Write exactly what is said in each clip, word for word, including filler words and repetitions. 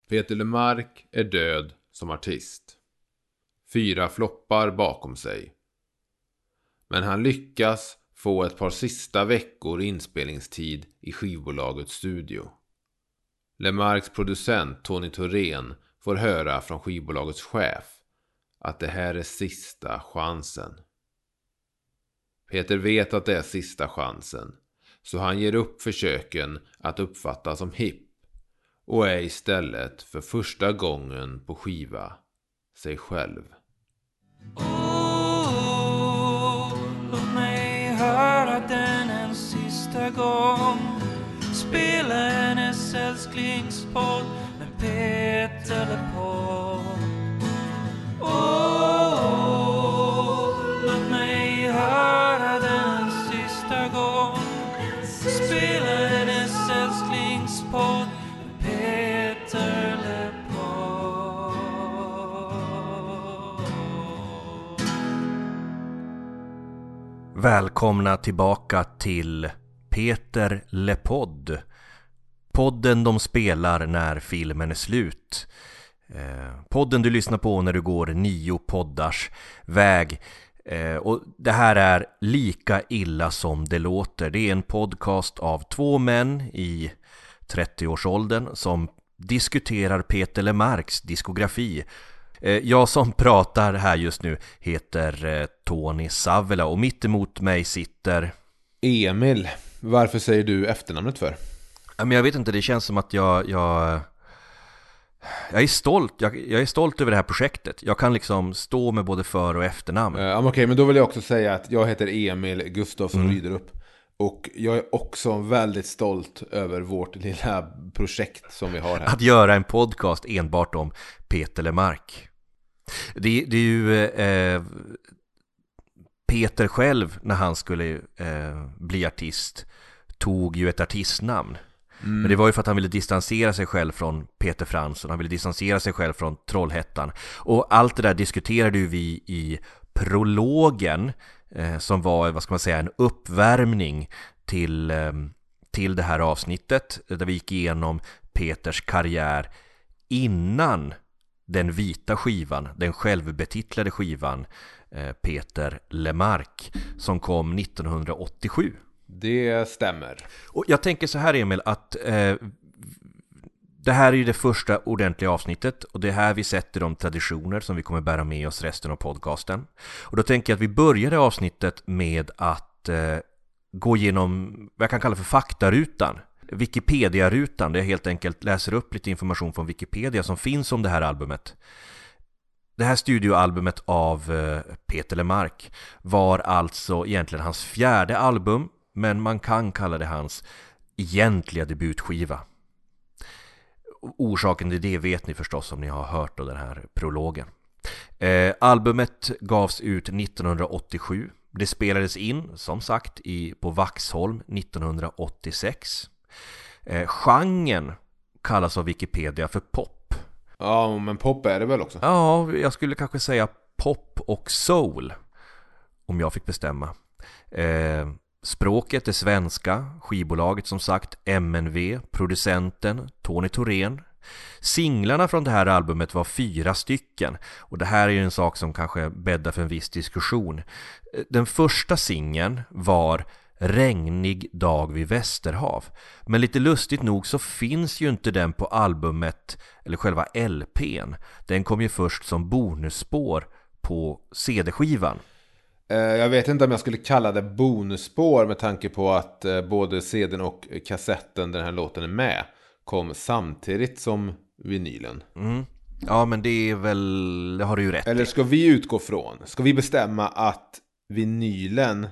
Peter Lemark är död som artist. Fyra floppar bakom sig. Men han lyckas få ett par sista veckor inspelningstid i skivbolagets studio. Lemarks producent Tony Thorén får höra från skivbolagets chef att det här är sista chansen. Peter vet att det är sista chansen, så han ger upp försöken att uppfattas som hipp och är istället för första gången på skiva sig själv. Oh, låt mig höra den en sista gång. Spela hennes älsklingspodd med Peter LePod. Oh, låt mig höra den sista gång. Spela hennes älsklingspodd med Peter LePod. Välkomna tillbaka till Peter LePod. Podden de spelar när filmen är slut. Eh, podden du lyssnar på när du går nio poddars väg. Eh, och det här är lika illa som det låter. Det är en podcast av två män i trettioårsåldern som diskuterar Peter Lemarks diskografi. Eh, jag som pratar här just nu heter eh, Tony Savela och mitt emot mig sitter... Emil, varför säger du efternamnet för? Men jag vet inte, det känns som att jag jag, jag är stolt jag, jag är stolt över det här projektet. Jag kan liksom stå med både för- och efternamn. uh, Okej, okay, men då vill jag också säga att jag heter Emil Gustafsson mm. Ryderup. Och jag är också väldigt stolt över vårt lilla projekt som vi har här. Att göra en podcast enbart om Peter Lemark. Det, det är ju eh, Peter själv när han skulle eh, bli artist tog ju ett artistnamn. Mm. Men det var ju för att han ville distansera sig själv från Peter Fransson. Han ville distansera sig själv från Trollhättan. Och allt det där diskuterade ju vi i prologen eh, som var, vad ska man säga, en uppvärmning till, eh, till det här avsnittet där vi gick igenom Peters karriär innan den vita skivan, den självbetitlade skivan eh, Peter Lemark som kom nittonhundraåttiosju. Det stämmer. Och jag tänker så här, Emil, att eh, det här är ju det första ordentliga avsnittet och det är här vi sätter de traditioner som vi kommer bära med oss resten av podcasten. Och då tänker jag att vi börjar det avsnittet med att eh, gå igenom vad jag kan kalla för faktarutan. Wikipedia-rutan, där jag helt enkelt läser upp lite information från Wikipedia som finns om det här albumet. Det här studioalbumet av eh, Peter Lemark var alltså egentligen hans fjärde album, men man kan kalla det hans egentliga debutskiva. Orsaken till det vet ni förstås om ni har hört då den här prologen. Eh, albumet gavs ut nittonhundraåttiosju. Det spelades in, som sagt, i, på Vaxholm nittonhundraåttiosex. Eh, genren kallas av Wikipedia för pop. Ja, men pop är det väl också? Ja, jag skulle kanske säga pop och soul, om jag fick bestämma. Eh, språket är svenska, skivbolaget som sagt M N V, producenten Tony Thorén. Singlarna från det här albumet var fyra stycken och det här är ju en sak som kanske bäddar för en viss diskussion. Den första singeln var Regnig dag vid Västerhav. Men lite lustigt nog så finns ju inte den på albumet eller själva L P:n. Den kom ju först som bonusspår på C D-skivan. Jag vet inte om jag skulle kalla det bonusspår med tanke på att både C D:n och kassetten där den här låten är med kom samtidigt som vinylen. Mm. Ja, men det är väl, det har du ju rätt. Eller ska vi utgå från? Ska vi bestämma att vinylen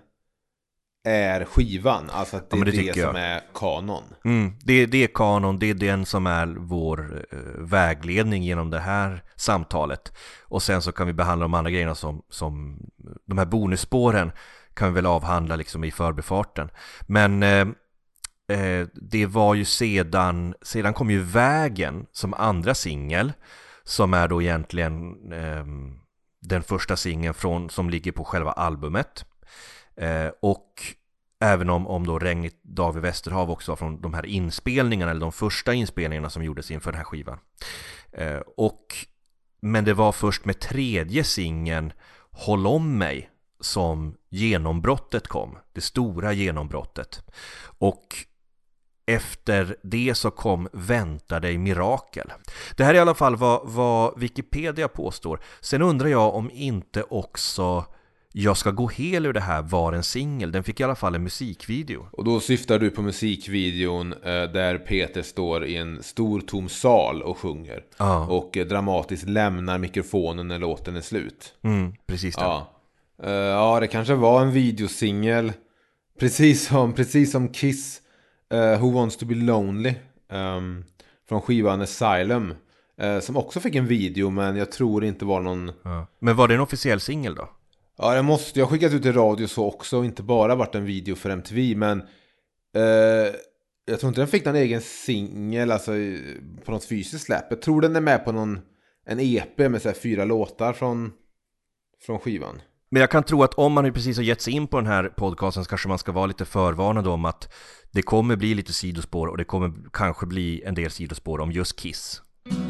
är skivan? Alltså att det, ja, det är det som jag. är kanon. Mm, det, det är kanon, det är den som är vår eh, vägledning genom det här samtalet. Och sen så kan vi behandla de andra grejerna som, som de här bonusspåren kan vi väl avhandla liksom i förbifarten. Men eh, eh, det var ju sedan, sedan kom ju Vägen som andra singel, som är då egentligen eh, den första singeln från, som ligger på själva albumet. Eh, och Även om, om då Regnigt dag vid Västerhav också var från de här inspelningarna, eller de första inspelningarna som gjordes inför den här skivan. Eh, och, men det var först med tredje singeln Håll om mig som genombrottet kom. Det stora genombrottet. Och efter det så kom Vänta dig mirakel. Det här är i alla fall vad, vad Wikipedia påstår. Sen undrar jag om inte också Jag ska gå hel ur det här var en singel. Den fick i alla fall en musikvideo. Och då syftar du på musikvideon eh, där Peter står i en stor tom sal och sjunger. Ja. Och eh, dramatiskt lämnar mikrofonen när låten är slut. Mm, precis det. Ja. Uh, ja, det kanske var en videosingel. Precis som, precis som Kiss uh, Who Wants to Be Lonely um, från skivan Asylum. Uh, som också fick en video, men jag tror inte var någon... Ja. Men var det en officiell singel då? Ja, det måste jag skickat ut i radio så också, och inte bara varit en video för M T V, men uh, jag tror inte den fick någon egen singel, alltså på något fysiskt släpp. Jag tror den är med på någon en E P med så här fyra låtar från, från skivan. Men jag kan tro att om man precis har gett sig in på den här podcasten så kanske man ska vara lite förvarnad om att det kommer bli lite sidospår, och det kommer kanske bli en del sidospår om just Kiss.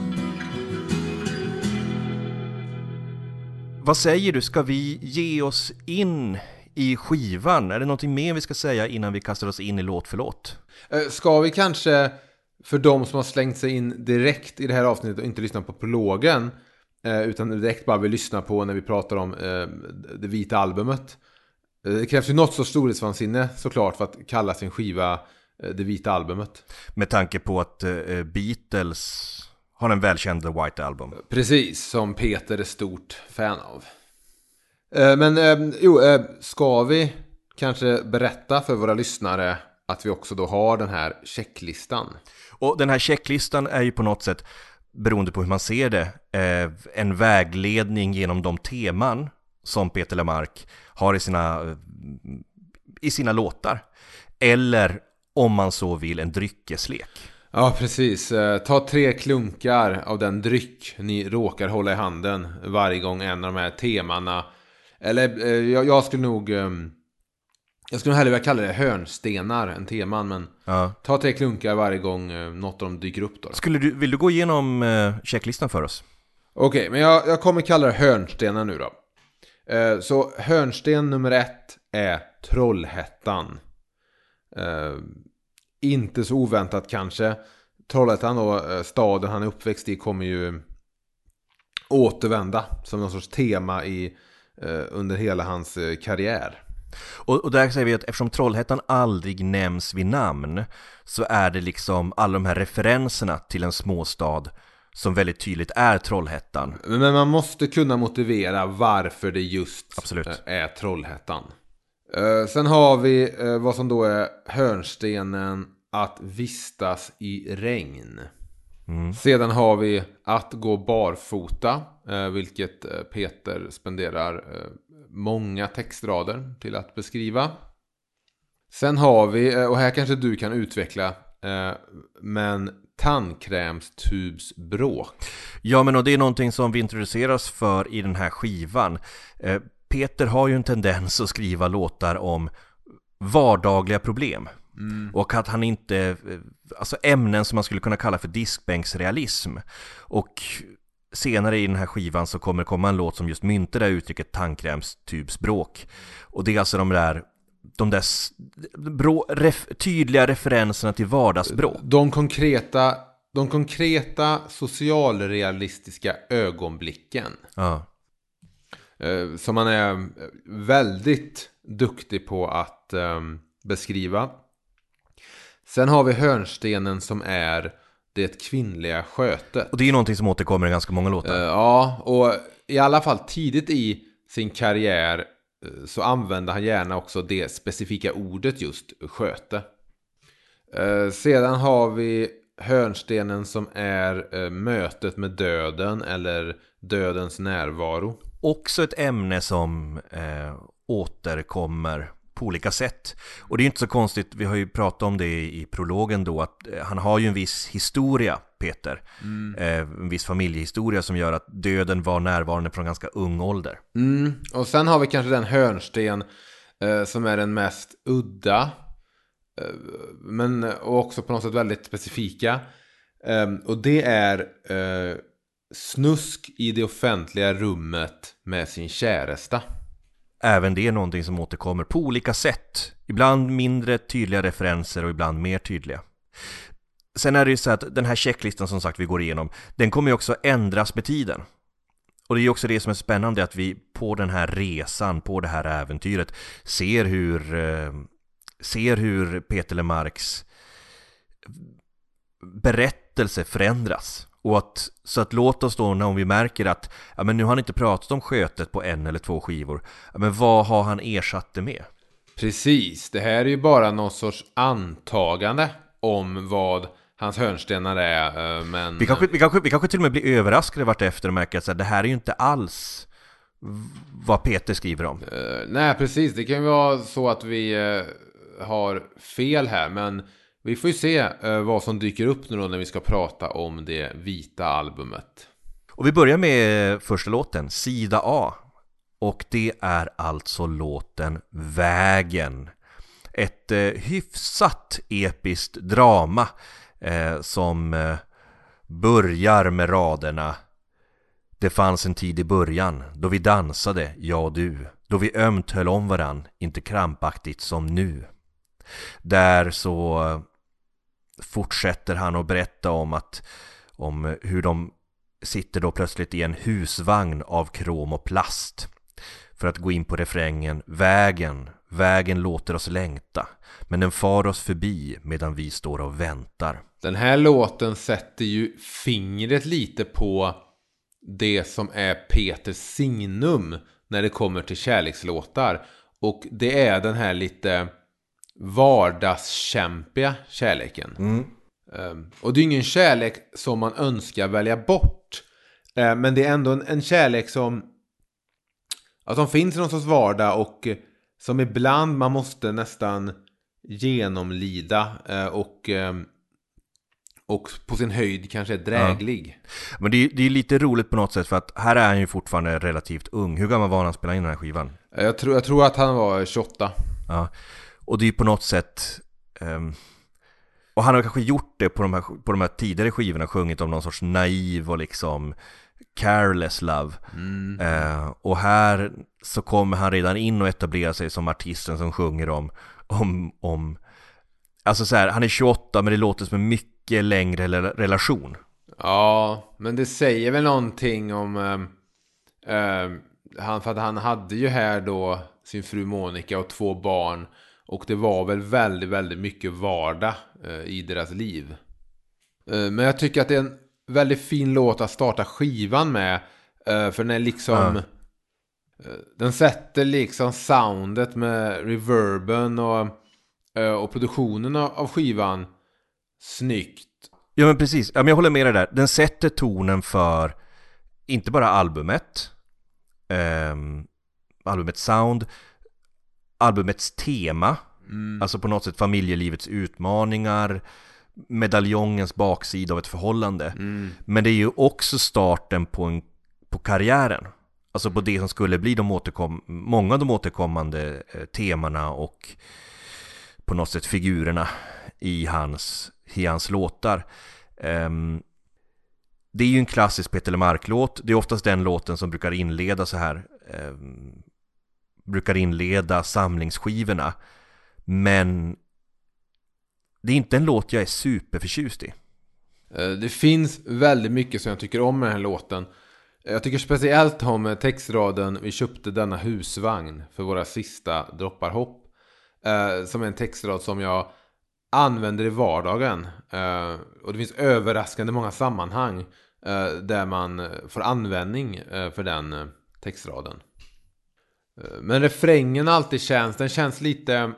Vad säger du? Ska vi ge oss in i skivan? Är det någonting mer vi ska säga innan vi kastar oss in i låt för låt? Ska vi kanske, för de som har slängt sig in direkt i det här avsnittet och inte lyssnat på prologen, utan direkt bara vill lyssna på när vi pratar om eh, det vita albumet. Det krävs ju något så storhetsvansinne såklart för att kalla sin skiva eh, det vita albumet. Med tanke på att eh, Beatles har en välkänd The White Album. Precis, som Peter är stort fan av. Eh, men eh, jo, eh, ska vi kanske berätta för våra lyssnare att vi också då har den här checklistan. Och den här checklistan är ju på något sätt, beroende på hur man ser det, eh, en vägledning genom de teman som Peter Lemark har i sina, i sina låtar. Eller, om man så vill, en dryckeslek. Ja, precis. Ta tre klunkar av den dryck ni råkar hålla i handen varje gång en av de här temana. Eller, jag, jag skulle nog... Jag skulle nog hellre vilja kalla det hörnstenar än teman, men ja. Ta tre klunkar varje gång något av dem dyker upp då. Skulle du, vill du gå igenom eh, checklistan för oss? Okej, okay, men jag, jag kommer kalla det hörnstenar nu då. Eh, så hörnsten nummer ett är Trollhättan. Eh, inte så oväntat kanske. Trollhättan då, eh, staden han är uppväxt i, kommer ju återvända som någon sorts tema i, eh, under hela hans eh, karriär. Och, och där säger vi att eftersom Trollhättan aldrig nämns vid namn, så är det liksom alla de här referenserna till en småstad som väldigt tydligt är Trollhättan. Men man måste kunna motivera varför det just Absolut. är Trollhättan. Uh, sen har vi uh, vad som då är hörnstenen att vistas i regn. Mm. Sedan har vi att gå barfota, uh, vilket uh, Peter spenderar uh, många textrader till att beskriva. Sen har vi, och här kanske du kan utveckla, men tandkrämstubsbråk. Ja, men och det är någonting som vi introduceras för i den här skivan. Peter har ju en tendens att skriva låtar om vardagliga problem. Mm. Och att han inte, alltså ämnen som man skulle kunna kalla för diskbänksrealism. Och senare i den här skivan så kommer det komma en låt som just myntar det uttrycket tandkrämstubsbråk. Och det är alltså de där, de där brå, ref, tydliga referenserna till vardagsbråk. De konkreta, de konkreta socialrealistiska ögonblicken. Ja. Som man är väldigt duktig på att um, beskriva. Sen har vi hörnstenen som är det kvinnliga skötet. Och det är någonting som återkommer i ganska många låtar. Uh, ja, och i alla fall tidigt i sin karriär uh, så använder han gärna också det specifika ordet just sköte. Uh, sedan har vi hörnstenen som är uh, mötet med döden eller dödens närvaro. Också ett ämne som uh, återkommer på olika sätt. Och det är inte så konstigt, vi har ju pratat om det i, i prologen då, att eh, han har ju en viss historia, Peter. Mm. Eh, en viss familjehistoria som gör att döden var närvarande från ganska ung ålder. Mm. Och sen har vi kanske den hörnsten eh, som är den mest udda, eh, men och också på något sätt väldigt specifika. Eh, och det är eh, snusk i det offentliga rummet med sin käresta. Även det är någonting som återkommer på olika sätt. Ibland mindre tydliga referenser och ibland mer tydliga. Sen är det ju så att den här checklistan som sagt vi går igenom, den kommer ju också ändras med tiden. Och det är ju också det som är spännande, att vi på den här resan, på det här äventyret ser hur, eh, ser hur Peter Lemarks berättelse förändras. Och att, så att låt oss då, när vi märker att ja, men nu har han inte pratat om skötet på en eller två skivor, ja, men vad har han ersatt det med? Precis, det här är ju bara någon sorts antagande om vad hans hörnstenar är, men... Vi kanske, vi kanske, vi kanske till och med blir överraskade vart efter och märker att så här, det här är ju inte alls vad Peter skriver om. Uh, nej, precis. Det kan ju vara så att vi uh, har fel här, men vi får ju se uh, vad som dyker upp nu då när vi ska prata om det vita albumet. Och vi börjar med första låten, Sida A. Och det är alltså låten Vägen. Ett eh, hyfsat episkt drama eh, som eh, börjar med raderna: det fanns en tid i början då vi dansade, jag och du, då vi ömt höll om varann, inte krampaktigt som nu. Där så eh, fortsätter han att berätta om att om hur de sitter då plötsligt i en husvagn av krom och plast, för att gå in på refrängen: vägen, vägen låter oss längta, men den far oss förbi medan vi står och väntar. Den här låten sätter ju fingret lite på det som är Peters signum när det kommer till kärlekslåtar. Och det är den här lite vardagskämpiga kärleken. Mm. Um, och det är ingen kärlek som man önskar välja bort. Uh, men det är ändå en, en kärlek som, att som finns i någon sorts vardag och uh, som ibland man måste nästan genomlida uh, och, um, och på sin höjd kanske är dräglig. Ja. Men det är, det är lite roligt på något sätt, för att här är han ju fortfarande relativt ung. Hur gammal var han att spela in den här skivan? Uh, jag, tror, jag tror att han var tjugoåtta. Ja. Och det är på något sätt... Um... Och han har kanske gjort det på de här, på de här tidigare skivorna, sjungit om någon sorts naiv och liksom careless love. Mm. Eh, och här så kommer han redan in och etablerar sig som artisten som sjunger om, om, om alltså så här, han är tjugoåtta men det låter som en mycket längre relation. Ja, men det säger väl någonting om eh, eh, han, för att han hade ju här då sin fru Monica och två barn. Och det var väl väldigt, väldigt mycket vardag eh, i deras liv. Eh, men jag tycker att det är en väldigt fin låt att starta skivan med. Eh, för den är liksom... Mm. Eh, den sätter liksom soundet med reverben och, eh, och produktionen av skivan snyggt. Ja, men precis. Ja, men jag håller med dig där. Den sätter tonen för inte bara albumet. Eh, albumets sound... albumets tema, mm. alltså på något sätt familjelivets utmaningar, medaljongens baksida av ett förhållande. Mm. Men det är ju också starten på, en, på karriären. Alltså på det som skulle bli de återkom, många av de återkommande eh, temana och på något sätt figurerna i hans, i hans låtar. Um, det är ju en klassisk Peter Lemark-låt. Det är oftast den låten som brukar inleda så här... Um, brukar inleda samlingsskivorna, men det är inte en låt jag är superförtjust i. Det finns väldigt mycket som jag tycker om med den här låten. Jag tycker speciellt om textraden: vi köpte denna husvagn för våra sista droppar hopp, som är en textrad som jag använder i vardagen, och det finns överraskande många sammanhang där man får användning för den textraden. Men refrängen alltid känns, den känns lite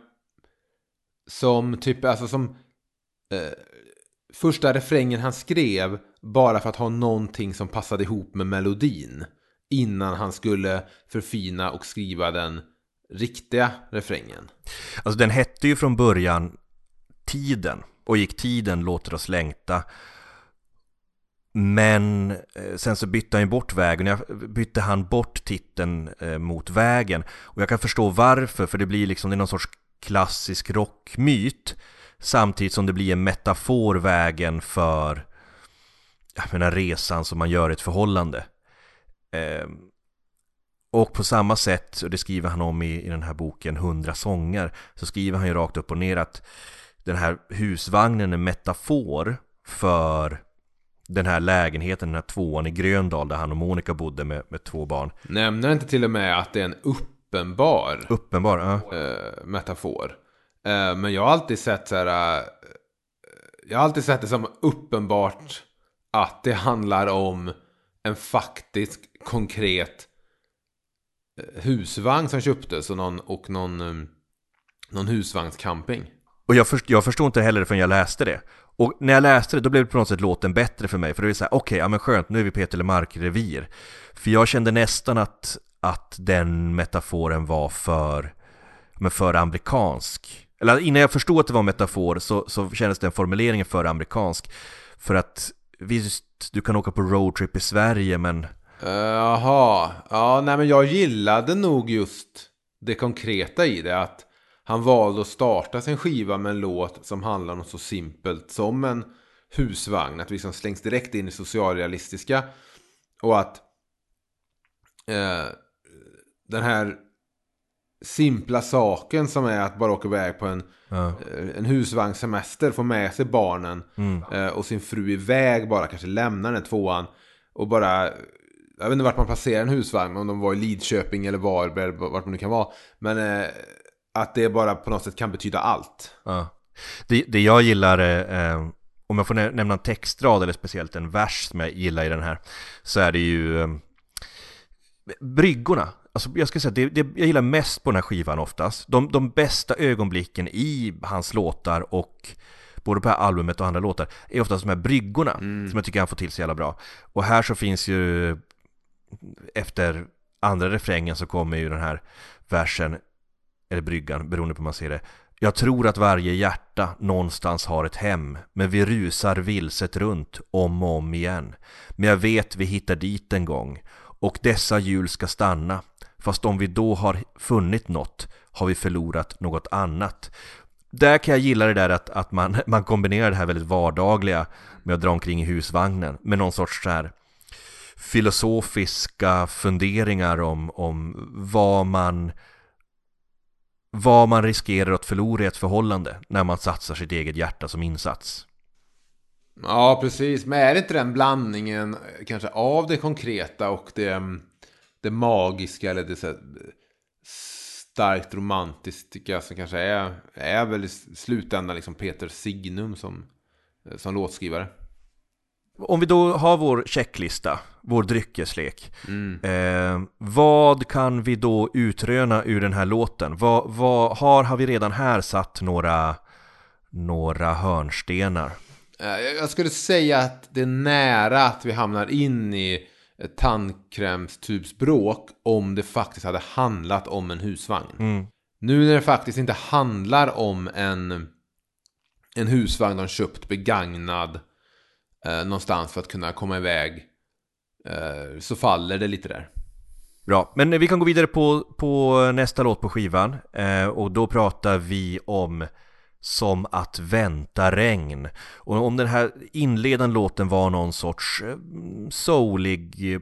som typ, alltså som eh, första refrängen han skrev bara för att ha någonting som passade ihop med melodin innan han skulle förfina och skriva den riktiga refrängen. Alltså den hette ju från början Tiden, och gick tiden låter oss längta. Men eh, sen så bytte han ju bort vägen. Jag bytte han bort titeln eh, mot vägen. Och jag kan förstå varför, för det blir liksom, det är någon sorts klassisk rockmyt. Samtidigt som det blir en metafor, vägen, för jag menar, resan som man gör i ett förhållande. Eh, och på samma sätt, och det skriver han om i, i den här boken Hundra sånger, så skriver han ju rakt upp och ner att den här husvagnen är metafor för den här lägenheten, den här tvåan i Gröndal där han och Monica bodde med, med två barn. Nämner inte till och med att det är en uppenbar, uppenbar ja. eh, metafor. Eh, men jag har alltid sett så här, eh, jag har alltid sett det som uppenbart att det handlar om en faktisk, konkret eh, husvagn som köptes och någon, och någon, eh, någon husvagnscamping. Och jag, först, jag förstod inte heller förrän jag läste det. Och när jag läste det, då blev det på något sätt låten bättre för mig. För det är så här, okej, okay, ja men skönt, nu är vi Peter Lemark-revir. För jag kände nästan att, att den metaforen var för, men för amerikansk. Eller innan jag förstod att det var en metafor så, så kändes den formuleringen för amerikansk. För att visst, du kan åka på roadtrip i Sverige, men... Jaha, uh, ja, nej men jag gillade nog just det konkreta i det, att han valde att starta sin skiva med en låt som handlar om något så simpelt som en husvagn. Att vi liksom slängs direkt in i socialrealistiska. Och att eh, den här simpla saken som är att bara åka iväg på en, ja. eh, en husvagnssemester, få med sig barnen mm. eh, och sin fru iväg, bara kanske lämna den tvåan och bara... Jag vet inte vart man placerar en husvagn, om de var i Lidköping eller Varberg, vart man nu kan vara. Men... Eh, att det bara på något sätt kan betyda allt. Ja. Det, det jag gillar, eh, om jag får nämna en textrad eller speciellt en vers som jag gillar i den här, så är det ju eh, bryggorna. Alltså jag ska säga, det, det jag gillar mest på den här skivan oftast. De, de bästa ögonblicken i hans låtar, och både på det här albumet och andra låtar, är oftast de här bryggorna mm. som jag tycker han får till så jävla bra. Och här så finns ju, efter andra refrängen så kommer ju den här versen, eller bryggan, beroende på hur man ser det. Jag tror att varje hjärta någonstans har ett hem, men vi rusar vilset runt om och om igen. Men jag vet vi hittar dit en gång, och dessa hjul ska stanna. Fast om vi då har funnit något, har vi förlorat något annat. Där kan jag gilla det där att, att man, man kombinerar det här väldigt vardagliga med att dra omkring i husvagnen med någon sorts så här filosofiska funderingar om, om vad man vad man riskerar att förlora i ett förhållande när man satsar sitt eget hjärta som insats. Ja, precis. Men är det inte den blandningen kanske av det konkreta och det, det magiska, eller det så här starkt romantiska, som kanske är, är väl i slutändan liksom Peter Signum som, som låtskrivare? Om vi då har vår checklista, vår dryckeslek, mm. eh, vad kan vi då utröna ur den här låten? Vad, vad har, har vi redan här satt några, några hörnstenar? Jag skulle säga att det är nära att vi hamnar in i ett tandkrämstubsbråk om det faktiskt hade handlat om en husvagn. Mm. Nu när det faktiskt inte handlar om en, en husvagn de köpt begagnad eh, någonstans för att kunna komma iväg, eh, så faller det lite där. Bra, men vi kan gå vidare på, på nästa låt på skivan, eh, och då pratar vi om Som att vänta regn. Och om den här inledande låten var någon sorts eh, soulig eh,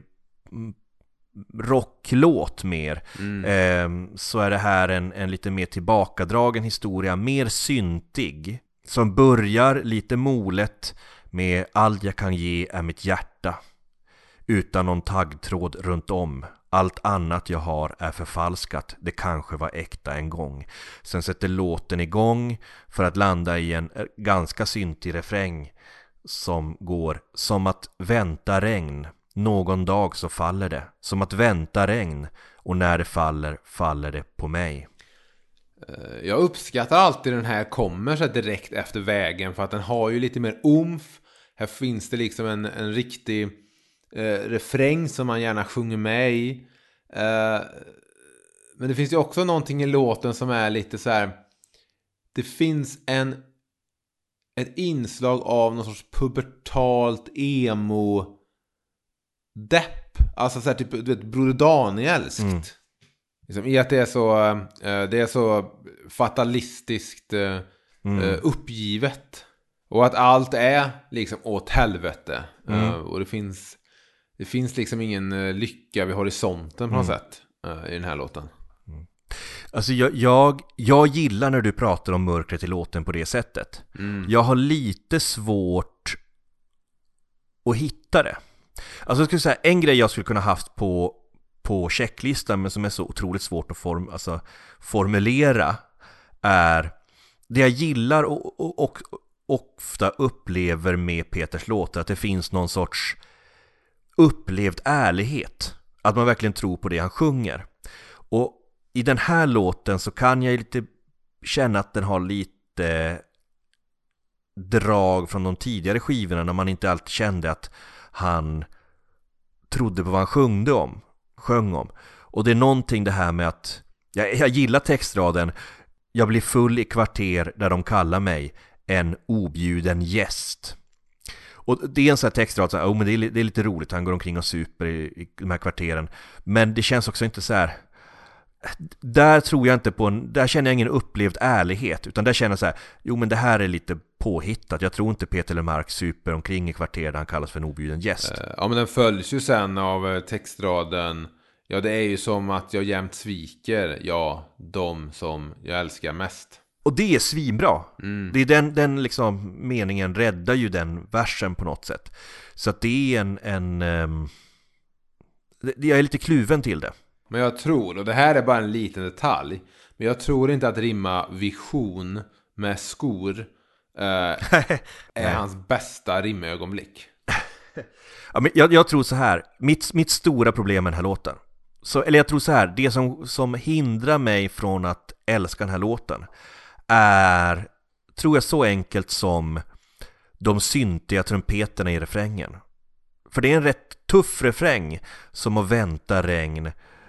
rocklåt mer, mm. eh, så är det här en, en lite mer tillbakadragen historia, mer syntig, som börjar lite molet med allt jag kan ge är mitt hjärta, utan någon taggtråd runt om. Allt annat jag har är förfalskat, det kanske var äkta en gång. Sen sätter låten igång för att landa i en ganska syntig refräng som går: som att vänta regn, någon dag så faller det. Som att vänta regn, och när det faller, faller det på mig. Jag uppskattar alltid den här kommer så direkt efter vägen, för att den har ju lite mer umf. Här finns det liksom en, en riktig eh, refräng som man gärna sjunger med i. Eh, men det finns ju också någonting i låten som är lite så här. Det finns en ett inslag av någon sorts pubertalt emo depp. Alltså så här, typ, du vet, Broder Danielskt. Mm. Liksom, i att det är så uh, det är så fatalistiskt uh, mm. uh, uppgivet. Och att allt är liksom åt helvete. Mm. Uh, och det finns det finns liksom ingen uh, lycka vid horisonten på något mm. sätt uh, i den här låten. Mm. Alltså jag, jag, jag gillar när du pratar om mörkret i låten på det sättet. Mm. Jag har lite svårt att hitta det. Alltså jag skulle säga, en grej jag skulle kunna haft på, på checklistan men som är så otroligt svårt att form, alltså, formulera är det jag gillar och, och, och, och ofta upplever med Peters låtar, att det finns någon sorts upplevd ärlighet. Att man verkligen tror på det han sjunger. Och i den här låten så kan jag lite känna att den har lite drag från de tidigare skivorna när man inte alltid kände att han trodde på vad han sjungde om, sjöng om. Och det är någonting det här med att jag, jag gillar textraden: jag blir full i kvarter där de kallar mig en objuden gäst. Och det är en sån här textrad så här, oh, men det är, det är lite roligt, han går omkring och super i, i de här kvarteren. Men det känns också inte så här. Där tror jag inte på en, där känner jag ingen upplevd ärlighet, utan där känner jag så här, jo men det här är lite påhittat. Jag tror inte Peter Lemark super omkring i kvarter där han kallas för en objuden gäst. Ja, men den följs ju sen av textraden: ja, det är ju som att jag jämt sviker, ja, de som jag älskar mest. Och det är svinbra. Mm. Det är den, den liksom meningen räddar ju den versen på något sätt. Så att det är en, en um, det, jag är lite kluven till det. Men jag tror, och det här är bara en liten detalj, men jag tror inte att rimma vision med skor uh, är hans bästa rimögonblick. Ja, men jag, jag tror så här, mitt, mitt stora problem med den här låten, så, eller jag tror så här, det som, som hindrar mig från att älska den här låten är, tror jag, så enkelt som de syntiga trumpeterna i refrängen. För det är en rätt tuff refräng som att vänta regn.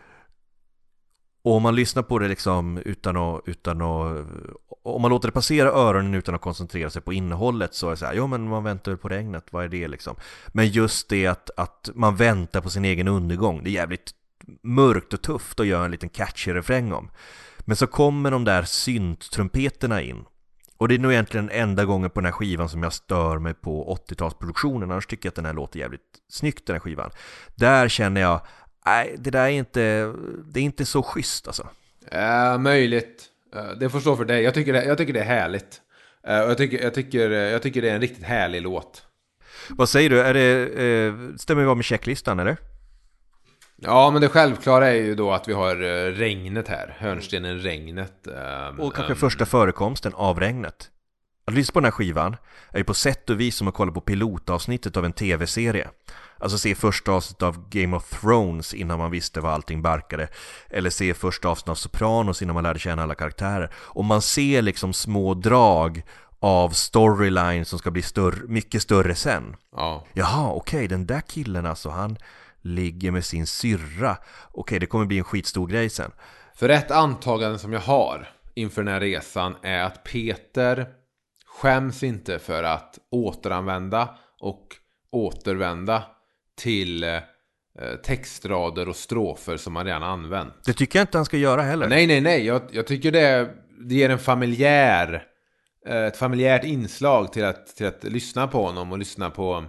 Och om man lyssnar på det liksom utan att, utan att, om man låter det passera öronen utan att koncentrera sig på innehållet, så är det så här, ja men man väntar på regnet, vad är det liksom? Men just det att, att man väntar på sin egen undergång, det är jävligt mörkt och tufft att göra en liten catchy refräng om. Men så kommer de där synttrumpeterna in. Och det är nog egentligen den enda gången på den här skivan som jag stör mig på åttiotalsproduktionen. Annars tycker jag att den här låter jävligt snyggt, den här skivan. Där känner jag, nej, det där är inte, det är inte så schysst alltså. Äh, möjligt. Uh, det får stå för dig. Jag tycker det, jag tycker det är härligt. Uh, jag, tycker, jag, tycker, jag tycker det är en riktigt härlig låt. Vad säger du? Är det, uh, stämmer vi av med checklistan, eller? Ja, men det självklara är ju då att vi har regnet här. Hörnstenen regnet. Um, och kanske um, första förekomsten av regnet. Att lyssna på den här skivan är ju på sätt och vis som att kolla på pilotavsnittet av en tv-serie. Alltså se första avsnittet av Game of Thrones innan man visste vad allting barkade. Eller se första avsnittet av Sopranos innan man lärde känna alla karaktärer. Och man ser liksom små drag av storyline som ska bli större, mycket större sen. Ja. Jaha, okej, okay, den där killen alltså, han ligger med sin syrra. Okej, det kommer bli en skitstor grej sen. För ett antagande som jag har inför den här resan är att Peter skäms inte för att återanvända och återvända till eh, textrader och strofer som man redan använt. Det tycker jag inte han ska göra heller. Nej, nej, nej. Jag, jag tycker det, det ger en familjär, ett familjärt inslag till att, till att lyssna på honom och lyssna på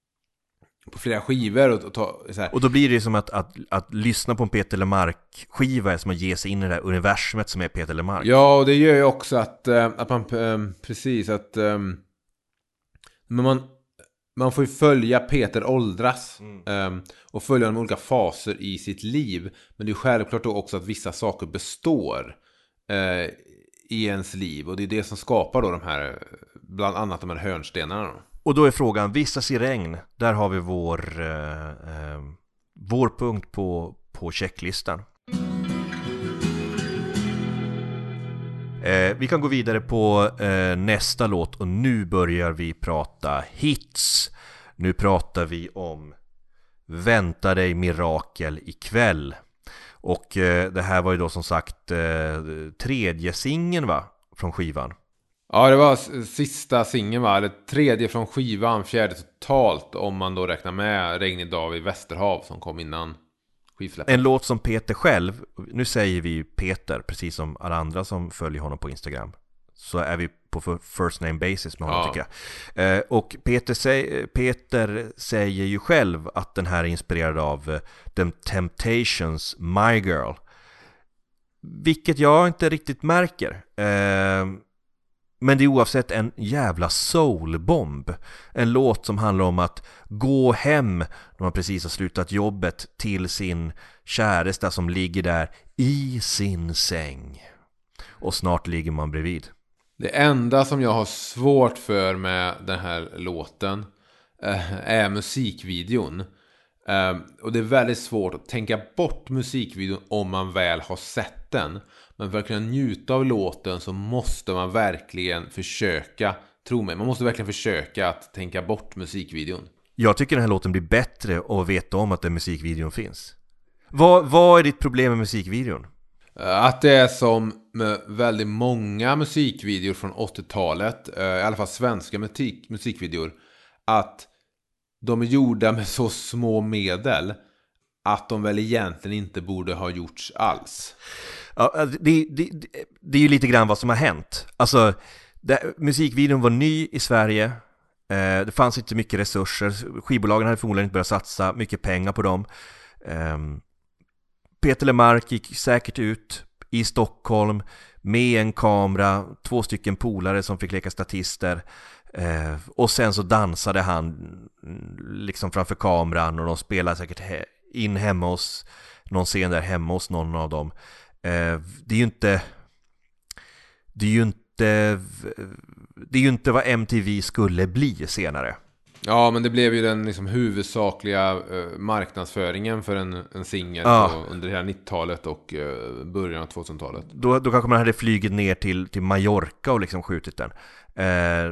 på flera skivor och, och ta så här. Och då blir det som att, att, att lyssna på en Peter Lemark-skiva är som att ge sig in i det här universumet som är Peter Lemark. Ja, och det gör ju också att, att man precis att men man, man får ju följa Peter åldras mm. och följa de olika faser i sitt liv. Men det är självklart då också att vissa saker består i ens liv, och det är det som skapar då de här, bland annat de här hörnstenarna då. Och då är frågan, vistas i regn, där har vi vår, eh, eh, vår punkt på, på checklistan. Eh, vi kan gå vidare på eh, nästa låt, och nu börjar vi prata hits. Nu pratar vi om Vänta dig mirakel ikväll. Och eh, det här var ju då som sagt eh, tredje singeln va, från skivan. Ja, det var s- sista singeln, va? Eller tredje från skivan, fjärde totalt om man då räknar med Regnig dag vid Västerhav som kom innan skivsläppet. En låt som Peter själv, nu säger vi Peter precis som alla andra som följer honom på Instagram, så är vi på first name basis med honom, Ja. tycker jag. Eh, och Peter, säg, Peter säger ju själv att den här är inspirerad av eh, The Temptations My Girl, vilket jag inte riktigt märker. Eh, men det är oavsett en jävla soulbomb. En låt som handlar om att gå hem när man precis har slutat jobbet till sin käresta som ligger där i sin säng. Och snart ligger man bredvid. Det enda som jag har svårt för med den här låten eh, är musikvideon. Eh, och det är väldigt svårt att tänka bort musikvideon om man väl har sett den. Men för att kunna njuta av låten så måste man verkligen försöka, tro mig, man måste verkligen försöka att tänka bort musikvideon. Jag tycker den här låten blir bättre av att veta om att den musikvideon finns. Vad, vad är ditt problem med musikvideon? Att det är som med väldigt många musikvideor från åttiotalet, i alla fall svenska musik, musikvideor, att de är gjorda med så små medel att de väl egentligen inte borde ha gjorts alls. Ja, det, det, det är ju lite grann vad som har hänt. Alltså, det, musikvideon var ny i Sverige. Eh, det fanns inte mycket resurser. Skivbolagen hade förmodligen inte börjat satsa mycket pengar på dem. Eh, Peter Lemark gick säkert ut i Stockholm med en kamera, två stycken polare som fick leka statister. Eh, och sen så dansade han liksom framför kameran och de spelade säkert he- in hemma hos någon scen där hemma hos någon av dem. Eh, det är ju inte det är ju inte det är ju inte vad M T V skulle bli senare. Ja, men det blev ju den liksom huvudsakliga eh, marknadsföringen för en, en singel Ja. under hela nittiotalet och eh, början av tvåtusentalet. Då, då kanske man hade flugit ner till, till Mallorca och liksom skjutit den. Eh,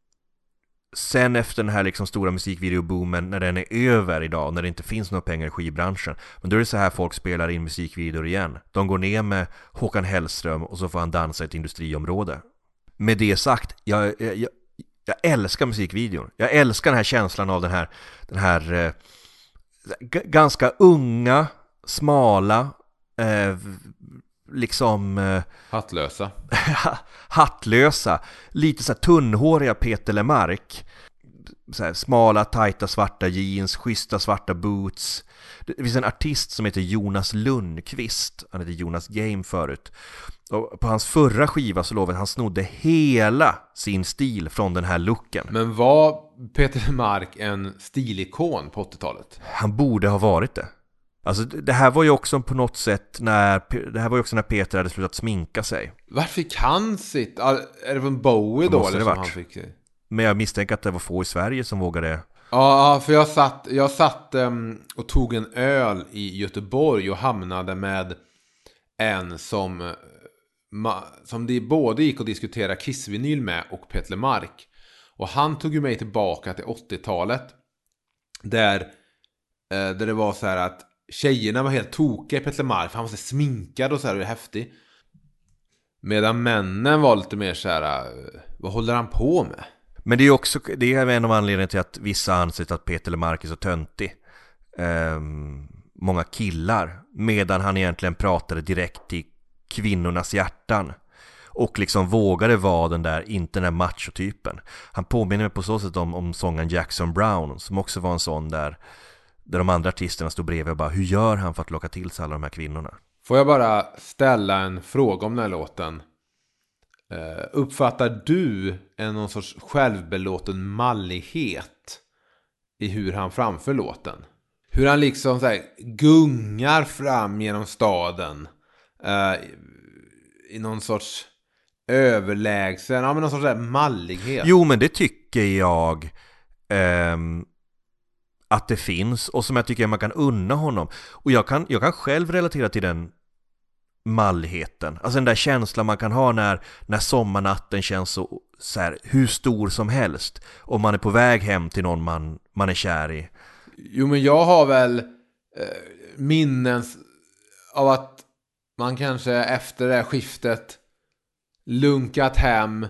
sen efter den här liksom stora musikvideoboomen, när den är över idag, när det inte finns några pengar i skivbranschen, men då är det så här folk spelar in musikvideor igen. De går ner med Håkan Hellström och så får han dansa i ett industriområde. Med det sagt, jag, jag, jag, jag älskar musikvideon. Jag älskar den här känslan av den här, den här eh, g- ganska unga, smala, eh, liksom eh, Hattlösa. hattlösa, lite så här tunnhåriga Peter Lemark, så här smala, tajta svarta jeans, schyssta svarta boots. Det finns en artist som heter Jonas Lundqvist, han heter Jonas Game förut, och på hans förra skiva så lovade han snodde hela sin stil från den här looken. Men var Peter Mark en stilikon på åttiotalet? Han borde ha varit det. Alltså det här var ju också på något sätt när det här var ju också när Peter hade slutat sminka sig. Varför fick han sitt? Är det från Bowie då? Måste Eller det som varit. han fick? Men jag misstänker att det var få i Sverige som vågade. Ja, för jag satt, jag satt um, och tog en öl i Göteborg och hamnade med en som, ma, som det både gick att diskutera Kiss-vinyl med och Peter Lemark. Och han tog ju mig tillbaka till åttiotalet. Där, eh, där det var så här att tjejerna var helt tokiga i Peter Lemark. För han var så sminkad och så här, och det är häftigt. Medan männen var lite mer så här, vad håller han på med? Men det är också det är en av anledningarna till att vissa ansett att Peter Lemark är så töntig. Ehm, många killar, medan han egentligen pratade direkt till kvinnornas hjärtan och liksom vågade vara den där, inte den där machotypen. Han påminner mig på så sätt om, om sången Jackson Brown, som också var en sån där där de andra artisterna stod bredvid och bara, hur gör han för att locka till sig alla de här kvinnorna? Får jag bara ställa en fråga om den här låten? Uh, uppfattar du en någon sorts självbelåten mallighet i hur han framför låten? Hur han liksom så här gungar fram genom staden uh, i någon sorts överlägsen, ja men någon sorts där mallighet. Jo, men det tycker jag ehm, att det finns, och som jag tycker man kan unna honom. Och jag kan, jag kan själv relatera till den malligheten. Alltså den där känslan man kan ha när, när sommarnatten känns så, så här, hur stor som helst. Om man är på väg hem till någon man, man är kär i. Jo, men jag har väl eh, minnen av att man kanske efter det här skiftet lunkat hem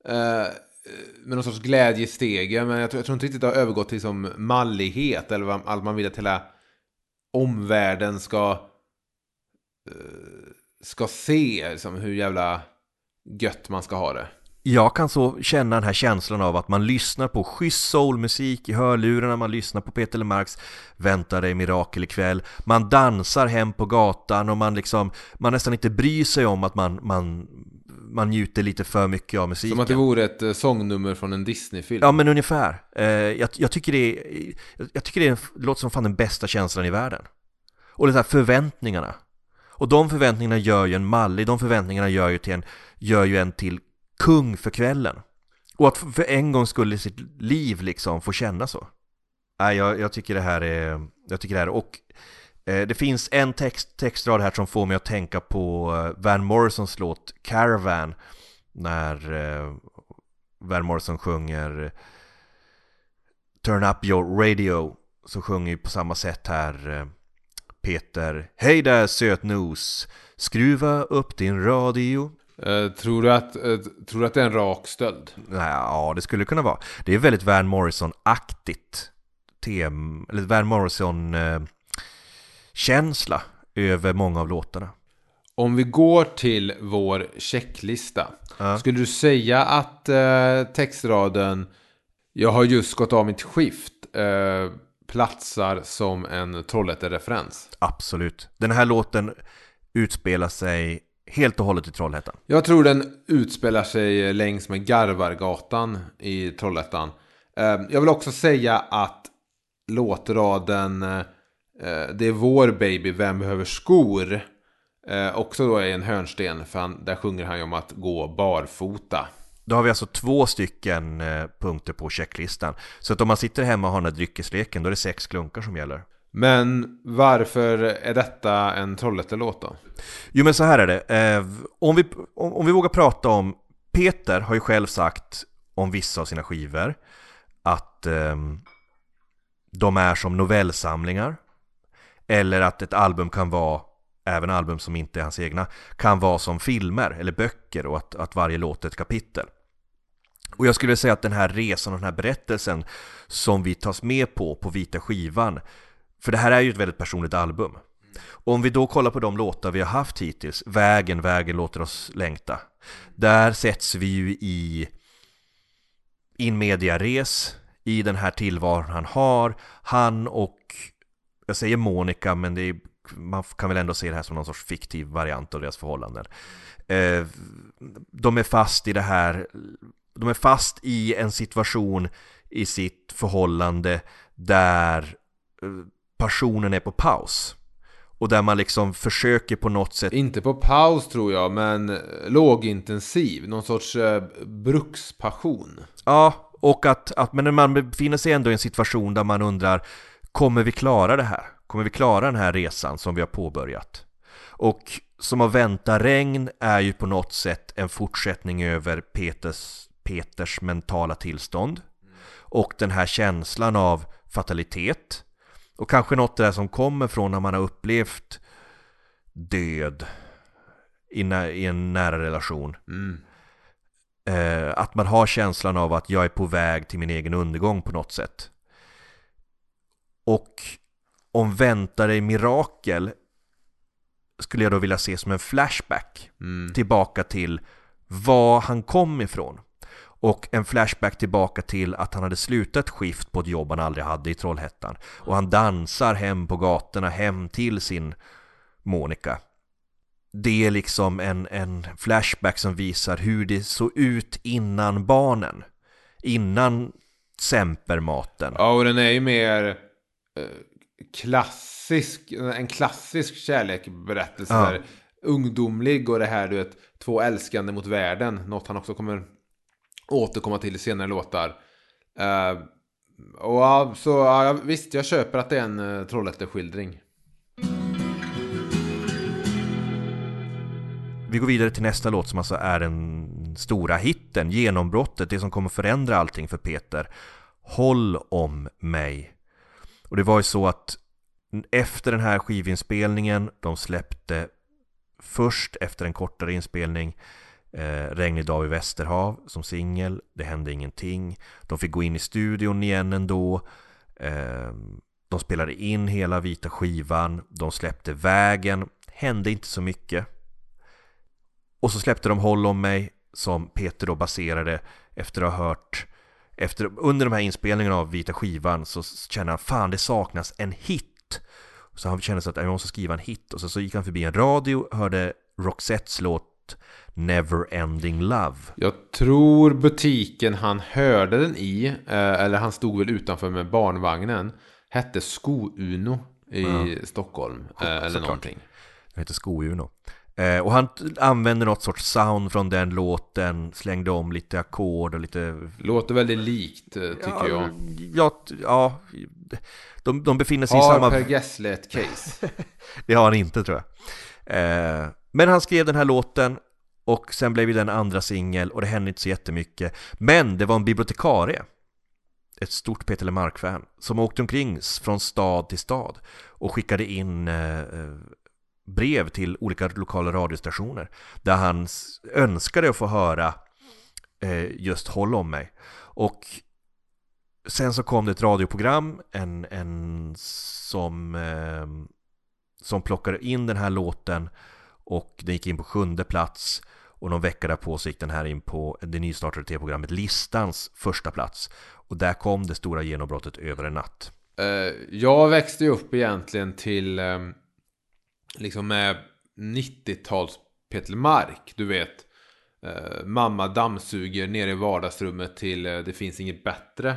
eh, med någon sorts glädjestege, men jag tror, jag tror inte riktigt det har övergått till som mallighet eller vad, allt man vill att hela omvärlden ska eh, ska se liksom, hur jävla gött man ska ha det. Jag kan så känna den här känslan av att man lyssnar på schysst soulmusik i hörlurarna, man lyssnar på Peter Lemarks Vänta dig mirakel ikväll, man dansar hem på gatan och man liksom, man nästan inte bryr sig om att man, man, man njuter lite för mycket av musiken. Som att det vore ett uh, sångnummer från en Disney-film. Ja, men ungefär. Uh, jag, jag tycker det är, jag tycker det, är, det låter som fan den bästa känslan i världen. Och det här förväntningarna. Och de förväntningarna gör ju en mallig, de förväntningarna gör ju, till en, gör ju en till kung för kvällen. Och att för en gång skulle i sitt liv liksom få känna så. Nej, jag, jag tycker det här är, jag tycker det här, och eh, det finns en text, textrad här som får mig att tänka på eh, Van Morrisons låt Caravan, när eh, Van Morrison sjunger Turn up your radio, så sjunger ju på samma sätt här eh, Peter: hej där sötnos, skruva upp din radio. Uh, tror, du att, uh, tror du att det är en rak stöld? Nej, ja, det skulle kunna vara. Det är väldigt Van Morrison-aktigt tem, eller Van Morrison-känsla över många av låtarna. Om vi går till vår checklista, Ja. skulle du säga att uh, textraden jag har just gått av mitt skift uh, platsar som en Trollhätte-referens? Absolut. Den här låten utspelar sig helt och hållet i Trollhättan. Jag tror den utspelar sig längs med Garvargatan i Trollhättan. Jag vill också säga att låtraden det är vår baby, vem behöver skor, också då är en hörnsten, för han, där sjunger han ju om att gå barfota. Då har vi alltså två stycken punkter på checklistan. Så att om man sitter hemma och har den här dryckesleken, då är det sex klunkar som gäller. Men varför är detta en Trollhätte-låt då? Jo, men så här är det. Eh, om, vi, om, om vi vågar prata om... Peter har ju själv sagt om vissa av sina skivor att eh, de är som novellsamlingar. Eller att ett album kan vara, även album som inte är hans egna, kan vara som filmer eller böcker, och att, att varje låt är ett kapitel. Och jag skulle säga att den här resan och den här berättelsen som vi tas med på på vita skivan, för det här är ju ett väldigt personligt album. Och om vi då kollar på de låtar vi har haft hittills, Vägen, vägen låter oss längta, där sätts vi ju i in media res, i den här tillvaron han har. Han och, jag säger Monica, men det är, man kan väl ändå se det här som någon sorts fiktiv variant av deras förhållanden. Eh, de är fast i det här, de är fast i en situation i sitt förhållande där passionen är på paus. Och där man liksom försöker på något sätt... Inte på paus tror jag, men lågintensiv. Någon sorts eh, brukspassion. Ja, och att, att men man befinner sig ändå i en situation där man undrar, kommer vi klara det här? Kommer vi klara den här resan som vi har påbörjat? Och Som att vänta regn är ju på något sätt en fortsättning över Peters, Peters mentala tillstånd. Och den här känslan av fatalitet. Och kanske något där som kommer från när man har upplevt död i, i en nära relation. Mm. Eh, att man har känslan av att jag är på väg till min egen undergång på något sätt. Och om väntar dig mirakel skulle jag då vilja se som en flashback mm. tillbaka till var han kom ifrån. Och en flashback tillbaka till att han hade slutat skift på ett jobb han aldrig hade i Trollhättan. Och han dansar hem på gatorna, hem till sin Monica. Det är liksom en, en flashback som visar hur det såg ut innan barnen. Innan sempermaten. Ja, och den är ju mer eh, klassisk, en klassisk kärleksberättelse. Ja. Där, ungdomlig, och det här, du vet, två älskande mot världen. Något han också kommer återkomma till i senare låtar. Uh, och ja, så ja, visst, jag köper att det är en uh, Trollhätte-skildring. Vi går vidare till nästa låt som alltså är den stora hitten, genombrottet, det som kommer förändra allting för Peter. Håll om mig. Och det var ju så att efter den här skivinspelningen, de släppte först efter en kortare inspelning eh, Regnig dag i Västerhav som singel. Det hände ingenting. De fick gå in i studion igen ändå. Eh, de spelade in hela vita skivan. De släppte Vägen. Hände inte så mycket. Och så släppte de Håll om mig, som Peter då baserade efter att ha hört efter, under de här inspelningarna av vita skivan, så kände han, fan det saknas en hit. Så han kände så att jag måste skriva en hit. Och så, så gick han förbi en radio, hörde Roxettes låt Never Ending Love. Jag tror butiken han hörde den i, eh, eller han stod väl utanför med barnvagnen, hette Sko-Uno i ja. Stockholm, eh, eller såklart. Någonting. Den heter Sko-Uno. Eh, och han använde något sorts sound från den låten, slängde om lite ackord och lite... Låter väldigt likt, tycker ja, jag. Ja, ja de, de befinner sig har i samma... Har Per Gessle ett case? Det har han inte, tror jag. Eh, men han skrev den här låten och sen blev den andra singel och det hände inte så jättemycket. Men det var en bibliotekarie, ett stort Peter Lemark-fan, som åkte omkring från stad till stad och skickade in... Eh, brev till olika lokala radiostationer där han önskade att få höra eh, just Håll om mig. Och sen så kom det ett radioprogram en, en som eh, som plockade in den här låten, och den gick in på sjunde plats, och någon vecka därpå så gick den här in på det nystartade tv-programmet Listans första plats, och där kom det stora genombrottet över en natt. Uh, jag växte ju upp egentligen till um... liksom med nittio-tals Peter Mark, du vet, eh, mamma dammsuger ner i vardagsrummet till eh, det finns inget bättre.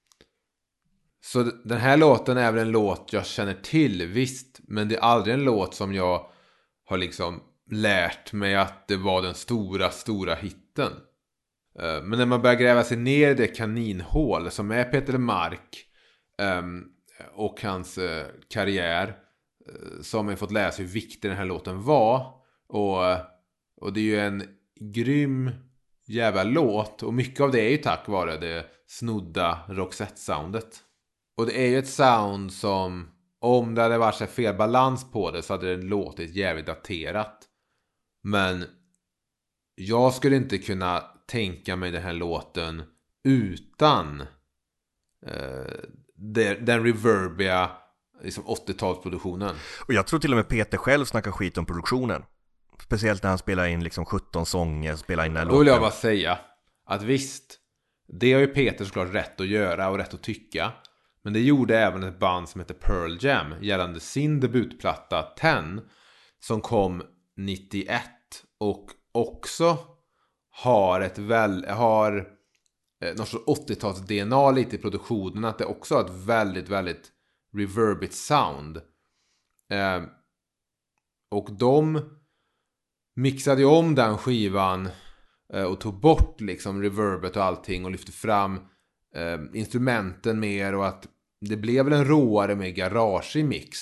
Så den här låten är väl en låt jag känner till, visst, men det är aldrig en låt som jag har liksom lärt mig att det var den stora, stora hitten. Eh, men när man börjar gräva sig ner i det kaninhål som är Peter Mark eh, och hans eh, karriär, som jag fått läsa hur viktig den här låten var, och, och det är ju en grym jävla låt, och mycket av det är ju tack vare det snodda Roxette-soundet. Och det är ju ett sound som, om det hade varit så fel balans på det, så hade det låtit jävligt daterat. Men jag skulle inte kunna tänka mig den här låten utan eh, den reverbiga liksom åttio-talsproduktionen. Och jag tror till och med Peter själv snackar skit om produktionen. Speciellt när han spelar in liksom sjutton sånger, spelar in den här låten. Då vill jag bara säga att visst, det har ju Peter såklart rätt att göra och rätt att tycka. Men det gjorde även ett band som heter Pearl Jam gällande sin debutplatta tio, som kom nittioett, och också har ett väl har eh, något sorts åttio-tals D N A lite i produktionen, att det också har ett väldigt, väldigt reverbigt sound. Eh, och de mixade ju om den skivan eh, och tog bort liksom reverbet och allting och lyfte fram eh, instrumenten mer, och att det blev väl en råare med garage i mix.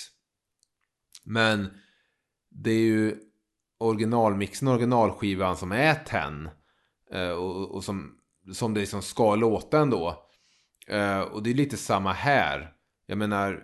Men det är ju originalmixen, originalskivan som är tio eh, och, och som, som det liksom ska låta ändå. Eh, och det är lite samma här. Jag menar,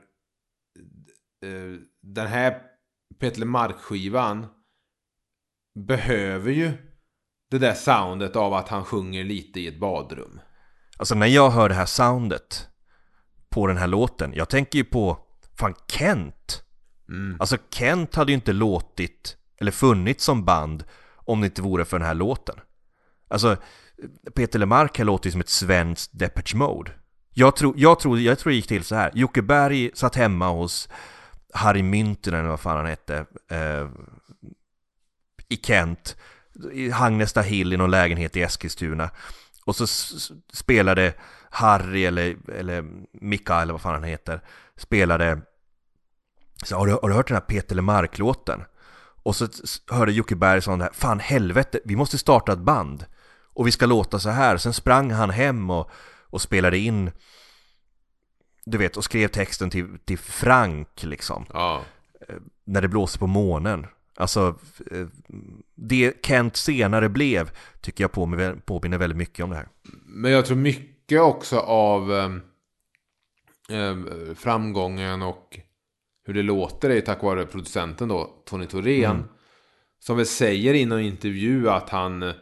den här Peter Lemark-skivan behöver ju det där soundet av att han sjunger lite i ett badrum. Alltså när jag hör det här soundet på den här låten, jag tänker ju på fan Kent. Mm. Alltså Kent hade ju inte låtit eller funnits som band om det inte vore för den här låten. Alltså Peter Lemark här låter ju som ett svenskt Depeche Mode. Jag tror, jag tror, jag tror det gick till så här. Jocke Berg satt hemma hos Harry Mynten, eller vad fan han hette, eh, i Kent, i Hagnesta Hill, i någon lägenhet i Eskilstuna. Och så s- spelade Harry eller, eller Mika, eller vad fan han heter, spelade så, har, du, har du hört den här Peter Lemark-låten? Och så hörde Jocke Berg sån där, fan helvete, vi måste starta ett band och vi ska låta så här. Sen sprang han hem och och spelade in, du vet, och skrev texten till, till Frank liksom. Ja. När det blåser på månen. Alltså det Kent senare blev, tycker jag på, påminner väldigt mycket om det här. Men jag tror mycket också av eh, framgången och hur det låter är tack vare producenten då, Tony Thorén, mm. som väl säger i någon intervju att han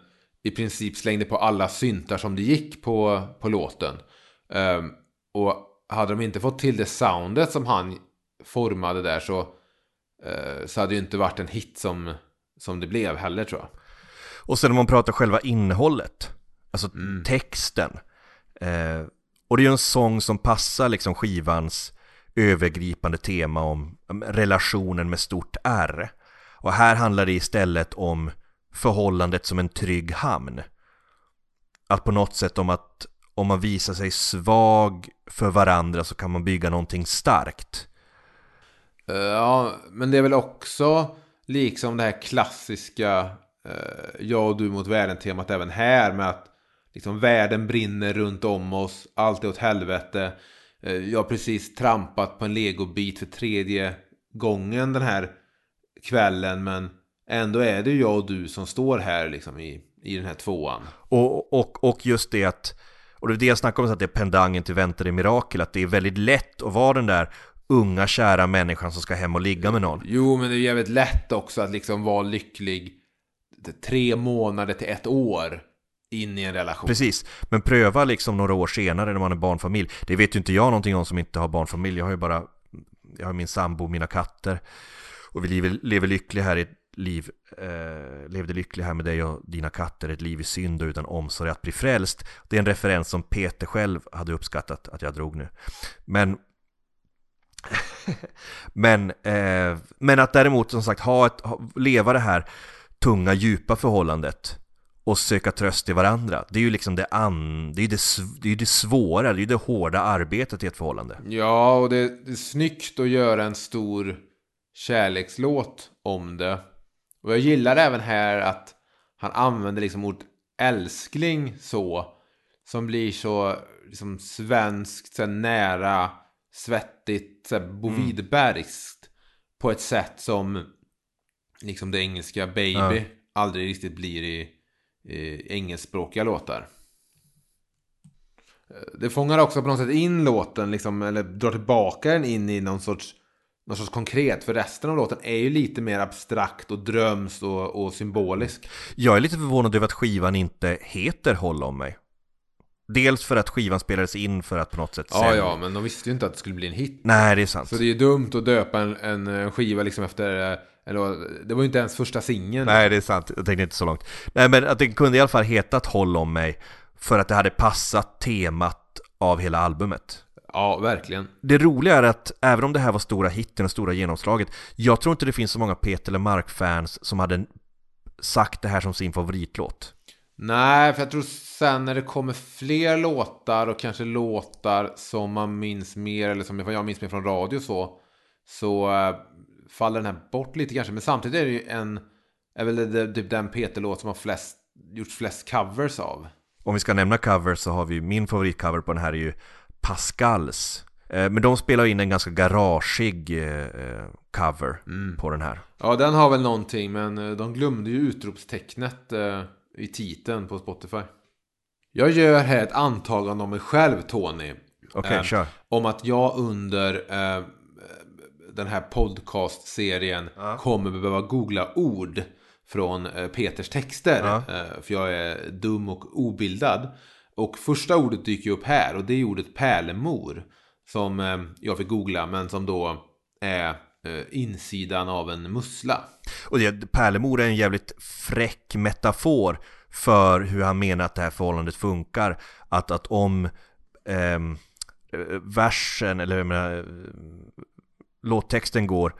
i princip slängde på alla syntar som det gick på, på låten. Um, och hade de inte fått till det soundet som han formade där så, uh, så hade det ju inte varit en hit som, som det blev heller, tror jag. Och sen om man pratar själva innehållet, alltså Mm. texten. Eh, och det är ju en sång som passar liksom skivans övergripande tema om um, relationen med stort R. Och här handlar det istället om förhållandet som en trygg hamn. Att på något sätt om att om man visar sig svag för varandra så kan man bygga någonting starkt. Uh, ja, men det är väl också liksom det här klassiska uh, jag och du mot världen-temat även här, med att liksom världen brinner runt om oss, allt är åt helvete. Uh, jag har precis trampat på en legobit för tredje gången den här kvällen, men ändå är det jag och du som står här liksom i, i den här tvåan. Och, och, och just det att, och det är det jag snackar om, så att det är pendangen till Väntade mirakel, att det är väldigt lätt att vara den där unga kära människan som ska hem och ligga med någon. Jo, men det är jävligt lätt också att liksom vara lycklig tre månader till ett år in i en relation. Precis, men pröva liksom några år senare när man är barnfamilj. Det vet ju inte jag någonting om som inte har barnfamilj. Jag har ju bara, jag har min sambo, mina katter. Och vi lever, lever lyckliga här i ett liv, eh, levde lyckliga här med dig och dina katter, ett liv i synd och utan omsorg att bli frälst. Det är en referens som Peter själv hade uppskattat att jag drog nu. Men men, eh, men att däremot som sagt ha ett, ha, leva det här tunga, djupa förhållandet och söka tröst i varandra. Det är ju liksom det, an, det, är det, det, är det svåra, det är det hårda arbetet i ett förhållande. Ja, och det, det är snyggt att göra en stor kärlekslåt om det. Och jag gillar även här att han använder liksom ord älskling så, som blir så liksom svenskt, så nära, svettigt, så bovidbergskt mm. på ett sätt som liksom det engelska baby ja. aldrig riktigt blir i, i engelskspråkiga låtar. Det fångar också på något sätt in låten liksom, eller drar tillbaka den in i någon sorts någon sorts konkret, för resten av låten är ju lite mer abstrakt och drömst och, och symbolisk. Jag är lite förvånad över att skivan inte heter Håll om mig. Dels för att skivan spelades in för att på något sätt ja, sen... ja, men de visste ju inte att det skulle bli en hit. Nej, det är sant. Så det är ju dumt att döpa en, en skiva liksom efter, eller det var ju inte ens första singeln. Nej, det är sant. Jag tänkte inte så långt. Nej, men att det kunde i alla fall hetat Håll om mig för att det hade passat temat av hela albumet. Ja, verkligen. Det roliga är att även om det här var stora hitten och stora genomslaget, jag tror inte det finns så många Peter LeMarc-fans som hade sagt det här som sin favoritlåt. Nej, för jag tror sen när det kommer fler låtar och kanske låtar som man minns mer, eller som jag minns mer från radio så, så äh, faller den här bort lite kanske. Men samtidigt är det ju en, är väl det, det, den Peter-låt som har flest, gjort flest covers av. Om vi ska nämna covers så har vi min favoritcover på den här är ju Pascals. Men de spelar in en ganska garageig eh, cover mm. på den här. Ja, den har väl någonting, men de glömde ju utropstecknet eh, i titeln på Spotify. Jag gör här ett antagande om mig själv, Tony. Okej, okay, eh, kör. Om att jag under eh, den här podcastserien ja. kommer behöva googla ord från eh, Peters texter. Ja. Eh, för jag är dum och obildad. Och första ordet dyker upp här, och det är ordet pärlemor som eh, jag fick googla, men som då är eh, insidan av en mussla. Och det, pärlemor är en jävligt fräck metafor för hur han menar att det här förhållandet funkar. Att, att om eh, versen, eller jag menar, låttexten går: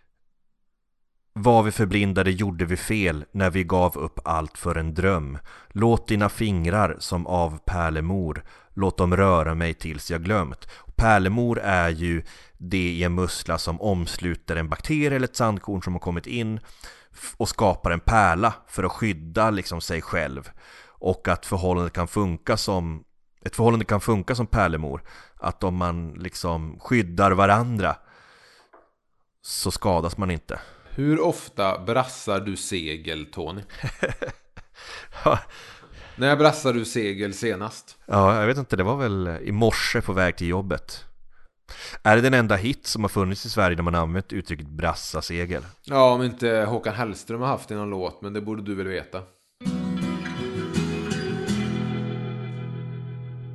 var vi förblindade, gjorde vi fel när vi gav upp allt för en dröm. Låt dina fingrar som av pärlemor, låt dem röra mig tills jag glömt. Pärlemor är ju det i en mussla som omsluter en bakterie eller ett sandkorn som har kommit in och skapar en pärla för att skydda liksom sig själv. Och att förhållandet kan funka som ett förhållande kan funka som pärlemor. Att om man liksom skyddar varandra så skadas man inte. Hur ofta brassar du segel, Tony? ja. När brassar du segel senast? Ja, jag vet inte. Det var väl i morse på väg till jobbet. Är det den enda hit som har funnits i Sverige där man använt uttrycket brassa segel? Ja, om inte Håkan Hellström har haft det i någon låt, men det borde du väl veta.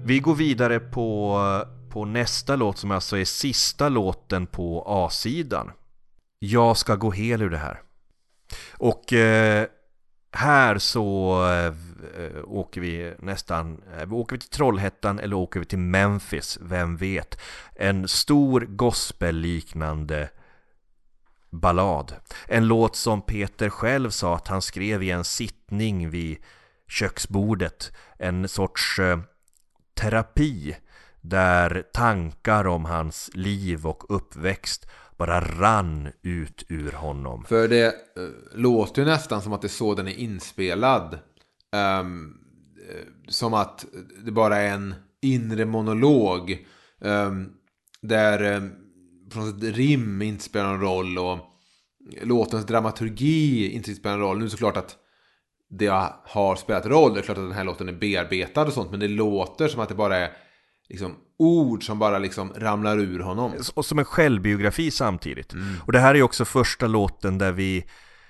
Vi går vidare på, på nästa låt som alltså är sista låten på A-sidan. Jag ska gå hel ur det här. Och eh, här så eh, åker vi nästan eh, åker vi till Trollhättan eller åker vi till Memphis, vem vet. En stor gospel-liknande ballad. En låt som Peter själv sa att han skrev i en sittning vid köksbordet. En sorts eh, terapi där tankar om hans liv och uppväxt bara rann ut ur honom. För det uh, låter ju nästan som att det är så den är inspelad. Um, som att det bara är en inre monolog. Um, där um, från ett rim inte spelar någon roll. Och låtens dramaturgi inte spelar någon roll. Nu är det såklart att det har spelat roll. Det är klart att den här låten är bearbetad och sånt. Men det låter som att det bara är liksom ord som bara liksom ramlar ur honom. Och som en självbiografi samtidigt. Mm. Och det här är också första låten där vi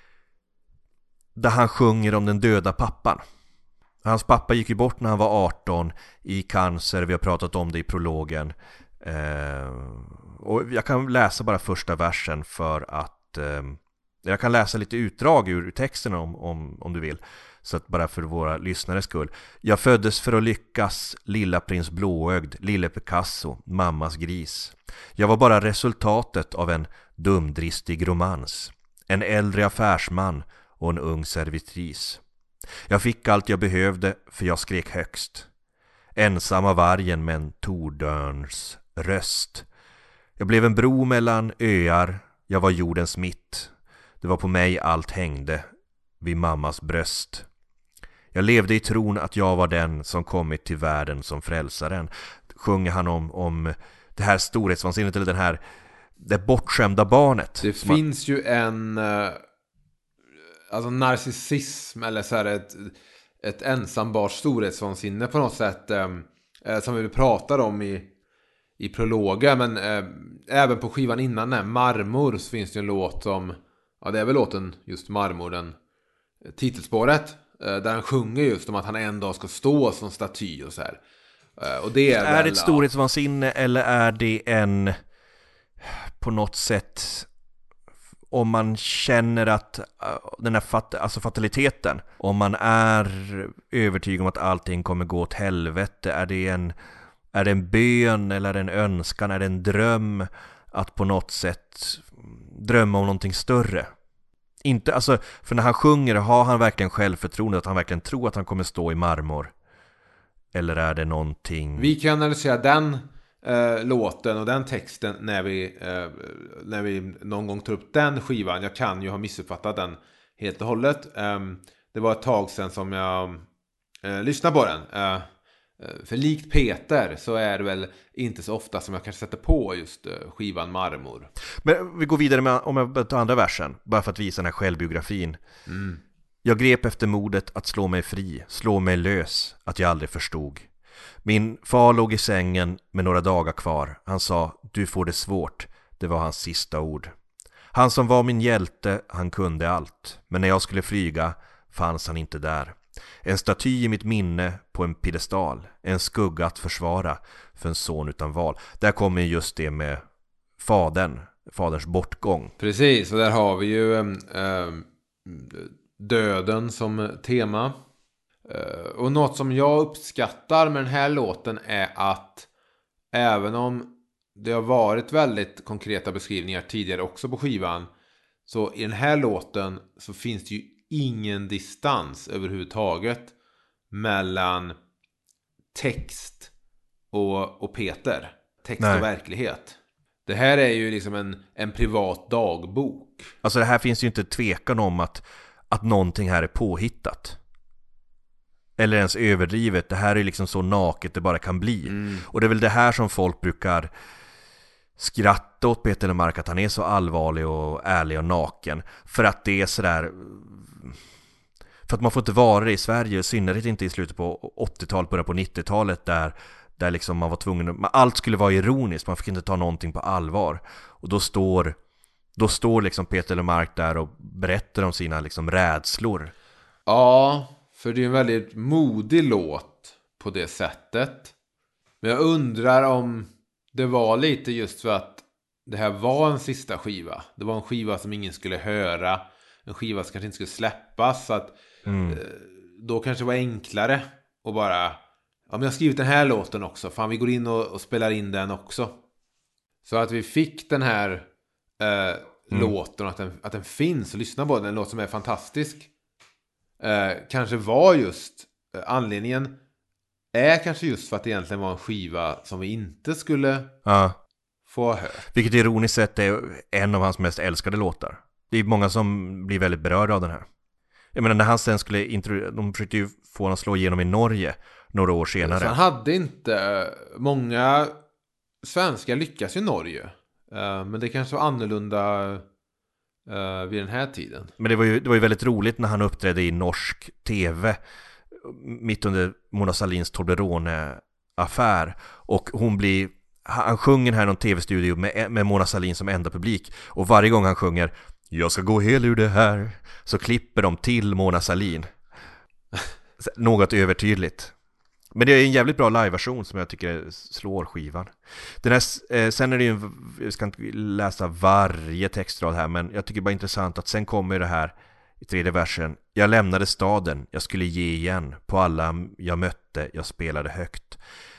där han sjunger om den döda pappan. Hans pappa gick ju bort när han var arton i cancer. Vi har pratat om det i prologen. Eh, och jag kan läsa bara första versen för att eh, jag kan läsa lite utdrag ur texten om, om, om du vill. Så att bara för våra lyssnares skull. Jag föddes för att lyckas, lilla prins blåögd, lille Picasso, mammas gris. Jag var bara resultatet av en dumdristig romans. En äldre affärsman och en ung servitris. Jag fick allt jag behövde för jag skrek högst. Ensamma vargen med en tordörns röst. Jag blev en bro mellan öar, jag var jordens mitt. Det var på mig allt hängde, vid mammas bröst. Jag levde i tron att jag var den som kommit till världen som frälsaren. Sjunger han om, om det här storhetsvansinnet eller den här det bortskämda barnet. Det finns ju en uh, alltså narcissism eller så här ett, ett ensambart storhetsvansinne på något sätt um, uh, som vi pratar om i, i prologen. Men uh, även på skivan innan den, Marmor, så finns det en låt som, ja det är väl låten just Marmor, den titelspåret där han sjunger just om att han en dag ska stå som staty och så här. Och det är, är väl, det ett storhetsvansinne eller är det en på något sätt om man känner att den här fat, alltså fataliteten, om man är övertygad om att allting kommer gå åt helvete, är det en är det en bön eller en önskan, är det en dröm att på något sätt drömma om någonting större? Inte, alltså, för när han sjunger har han verkligen självförtroende att han verkligen tror att han kommer stå i marmor? Eller är det någonting... Vi kan analysera den eh, låten och den texten när vi, eh, när vi någon gång tar upp den skivan. Jag kan ju ha missuppfattat den helt och hållet. Eh, det var ett tag sedan som jag eh, lyssnade på den. Eh, för likt Peter så är det väl inte så ofta som jag kanske sätter på just eh, skivan Marmor. Men vi går vidare med, om jag tar andra versen, bara för att visa den här självbiografin. Mm. Jag grep efter modet att slå mig fri, slå mig lös, att jag aldrig förstod. Min far låg i sängen med några dagar kvar. Han sa, du får det svårt. Det var hans sista ord. Han som var min hjälte, han kunde allt. Men när jag skulle flyga fanns han inte där. En staty i mitt minne på en piedestal. En skugga att försvara för en son utan val. Där kommer just det med fadern, faderns bortgång. Precis, och där har vi ju äh, döden som tema. Äh, och något som jag uppskattar med den här låten är att även om det har varit väldigt konkreta beskrivningar tidigare också på skivan, så i den här låten så finns det ju ingen distans överhuvudtaget mellan text och, och Peter. Text Nej. och verklighet. Det här är ju liksom en, en privat dagbok. Alltså det här finns ju inte tvekan om att, att någonting här är påhittat. Eller ens överdrivet. Det här är liksom så naket det bara kan bli. Mm. Och det är väl det här som folk brukar skratta åt Peter Lemark, att han är så allvarlig och ärlig och naken. För att det är sådär... För att man får inte vara det i Sverige, i synnerhet inte i slutet på åttiotalet, början på nittiotalet, där, där liksom man var tvungen, allt skulle vara ironiskt, man fick inte ta någonting på allvar. Och då står, då står liksom Peter Lemark där och berättar om sina liksom rädslor. Ja, för det är en väldigt modig låt på det sättet. Men jag undrar om det var lite just för att det här var en sista skiva. Det var en skiva som ingen skulle höra. En skiva som kanske inte skulle släppas. Så att Mm. eh, då kanske det var enklare att bara... Ja, men jag har skrivit den här låten också. Fan, vi går in och, och spelar in den också. Så att vi fick den här eh, mm. låten. Att den, att den finns och lyssna på den. En låt som är fantastisk. Eh, kanske var just eh, anledningen... Är kanske just för att det egentligen var en skiva som vi inte skulle ja. få höra. Vilket ironiskt sett är en av hans mest älskade låtar. Det är många som blir väldigt berörda av den här. Jag menar, när han sen skulle intro- de försökte ju få honom att slå igenom i Norge några år senare. Så han hade inte... Många svenskar lyckas i Norge. Men det kanske var annorlunda vid den här tiden. Men det var ju, det var ju väldigt roligt när han uppträdde i norsk tv mitt under Mona Sahlins Toblerone-affär. Och hon blir... Han sjunger här i någon tv-studio med, med Mona Sahlin som enda publik. Och varje gång han sjunger jag ska gå hel ur det här, så klipper de till Mona Sahlin. Något övertydligt. Men det är en jävligt bra live-version som jag tycker slår skivan. Den här, eh, sen är det ju, jag ska inte läsa varje textrad här, men jag tycker bara intressant att sen kommer det här i tredje versen. Jag lämnade staden, jag skulle ge igen på alla jag mötte, jag spelade högt.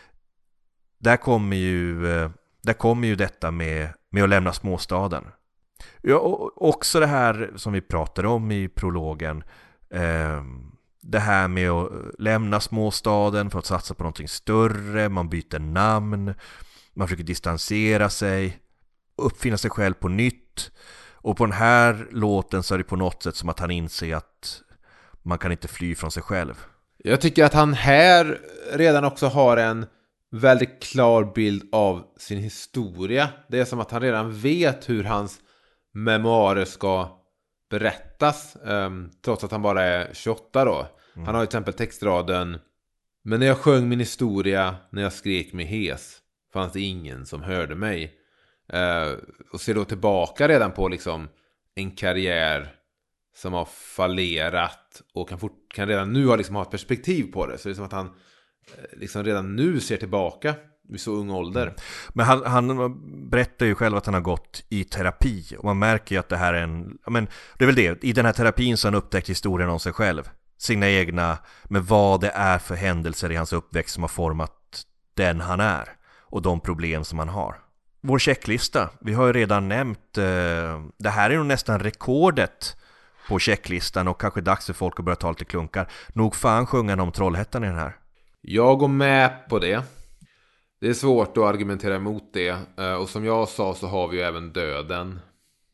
Där kommer ju, där kommer ju detta med, med att lämna småstaden. Ja, och också det här som vi pratade om i prologen. Eh, det här med att lämna småstaden för att satsa på någonting större. Man byter namn. Man försöker distansera sig. Uppfinna sig själv på nytt. Och på den här låten så är det på något sätt som att han inser att man kan inte fly från sig själv. Jag tycker att han här redan också har en väldigt klar bild av sin historia. Det är som att han redan vet hur hans memoarer ska berättas. Um, trots att han bara är tjugoåtta då. Mm. Han har ju till exempel textraden: men när jag sjöng min historia, när jag skrek mig hes, fanns det ingen som hörde mig. Uh, och ser då tillbaka redan på liksom en karriär som har fallerat och kan, fort, kan redan nu ha, liksom, ha ett perspektiv på det. Så det är som att han liksom redan nu ser tillbaka vid så ung ålder. Mm. Men han, han berättar ju själv att han har gått i terapi. Och man märker ju att det här är en... Men det är väl det. I den här terapin så har han upptäckt historien om sig själv. Sina egna... Men vad det är för händelser i hans uppväxt som har format den han är. Och de problem som han har. Vår checklista. Vi har ju redan nämnt... Eh, det här är nog nästan rekordet på checklistan. Och kanske dags för folk att börja ta lite klunkar. Nog fan sjunga om Trollhättan i den här. Jag går med på det. Det är svårt att argumentera emot det. Och som jag sa så har vi ju även döden.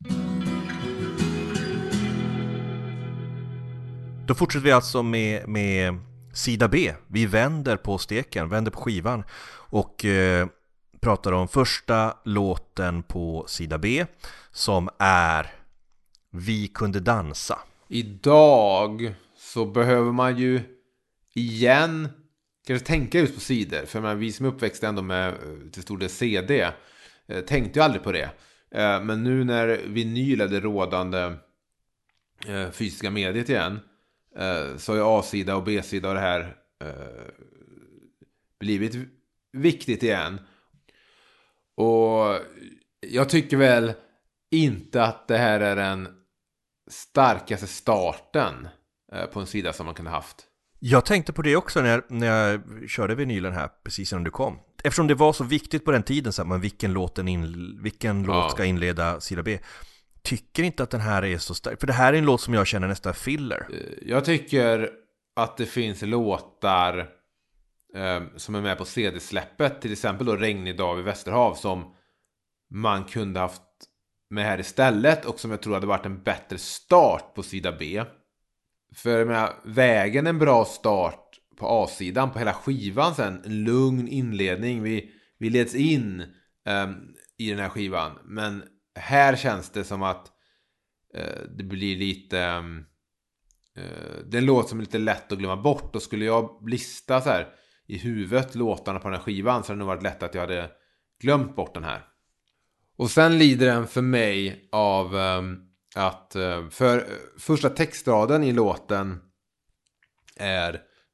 Då fortsätter vi alltså med, med sida B. Vi vänder på steken, vänder på skivan. Och eh, pratar om första låten på sida B. Som är Vi kunde dansa. Idag så behöver man ju igen... kanske tänka just på sidor. För man, vi som är uppväxta ändå med till stor del C D eh, tänkte ju aldrig på det. Eh, men nu när vinyl är det rådande eh, fysiska mediet igen, eh, så har A-sida och B-sida och det här eh, blivit viktigt igen. Och jag tycker väl inte att det här är den starkaste starten eh, på en sida som man kunde haft. Jag tänkte på det också när jag, när jag körde vinylen här precis innan du kom. Eftersom det var så viktigt på den tiden så här, men vilken, låten in, vilken ja. låt ska inleda sida B. Tycker inte att den här är så stark. För det här är en låt som jag känner nästan filler. Jag tycker att det finns låtar eh, som är med på C D-släppet. Till exempel då Regnig dag vid Västerhav, som man kunde haft med här istället. Och som jag tror hade varit en bättre start på sida B. För jag menar, vägen en bra start på A-sidan, på hela skivan sen. En lugn inledning. Vi, vi leds in um, i den här skivan. Men här känns det som att uh, det blir lite... Um, uh, det är en låt som är lite lätt att glömma bort. Och skulle jag lista så här i huvudet låtarna på den här skivan, så hade det nog varit lätt att jag hade glömt bort den här. Och sen lider den för mig av... Um, att för första textraden i låten är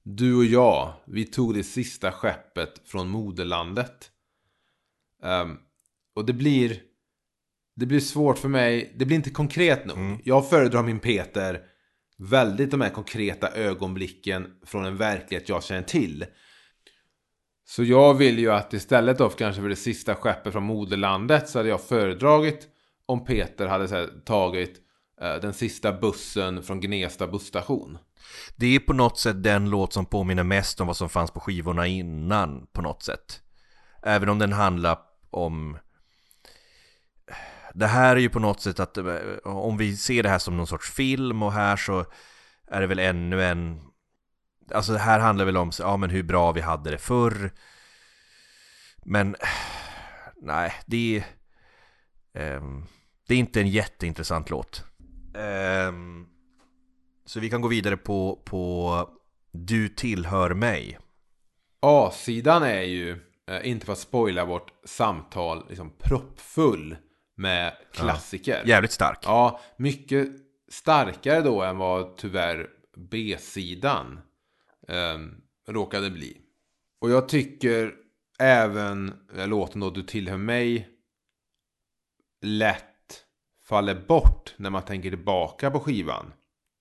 du och jag, vi tog det sista skeppet från moderlandet. Um, och det blir det blir svårt för mig. Det blir inte konkret nog. Mm. Jag föredrar min Peter väldigt de här konkreta ögonblicken från en verklighet jag känner till. Så jag vill ju att istället då kanske för det sista skeppet från moderlandet så hade jag föredragit om Peter hade så här, tagit uh, den sista bussen från Gnesta busstation. Det är på något sätt den låt som påminner mest om vad som fanns på skivorna innan på något sätt. Även om den handlar om... Det här är ju på något sätt att om vi ser det här som någon sorts film och här så är det väl ännu en... Alltså det här handlar väl om ja, men hur bra vi hade det förr. Men nej, det är... Um, det är inte en jätteintressant låt. Um, så vi kan gå vidare på, på Du tillhör mig. A-sidan är ju, eh, inte för att spoila vårt samtal, liksom proppfull med klassiker. Ja, jävligt stark. Ja, mycket starkare då än vad tyvärr B-sidan eh, råkade bli. Och jag tycker även eh, låten då Du tillhör mig lätt faller bort när man tänker tillbaka på skivan.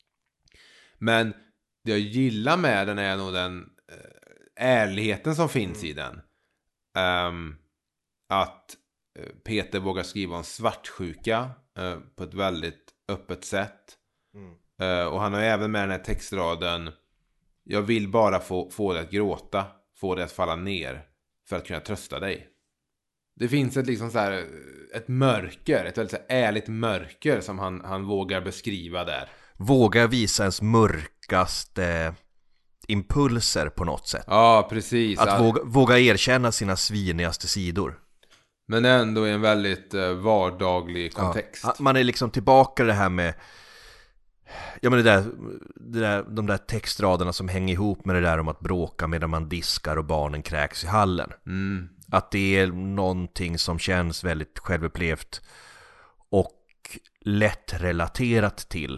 Men det jag gillar med den är nog den eh, ärligheten som finns i den. Um, att eh, Peter vågar skriva om svartsjuka eh, på ett väldigt öppet sätt. Mm. Eh, och han har även med den här textraden: jag vill bara få, få dig att gråta, få dig att falla ner för att kunna trösta dig. Det finns ett liksom så här, ett mörker, ett väldigt så här ärligt mörker som han, han vågar beskriva där. Vågar visa ens mörkaste impulser på något sätt. Ja, precis. Att våga, våga erkänna sina svinigaste sidor. Men ändå i en väldigt eh, vardaglig kontext. Ja, man är liksom tillbaka det här med ja, men det där, det där, de där textraderna som hänger ihop med det där om att bråka medan man diskar och barnen kräks i hallen. Mm. Att det är någonting som känns väldigt självupplevt och lätt relaterat till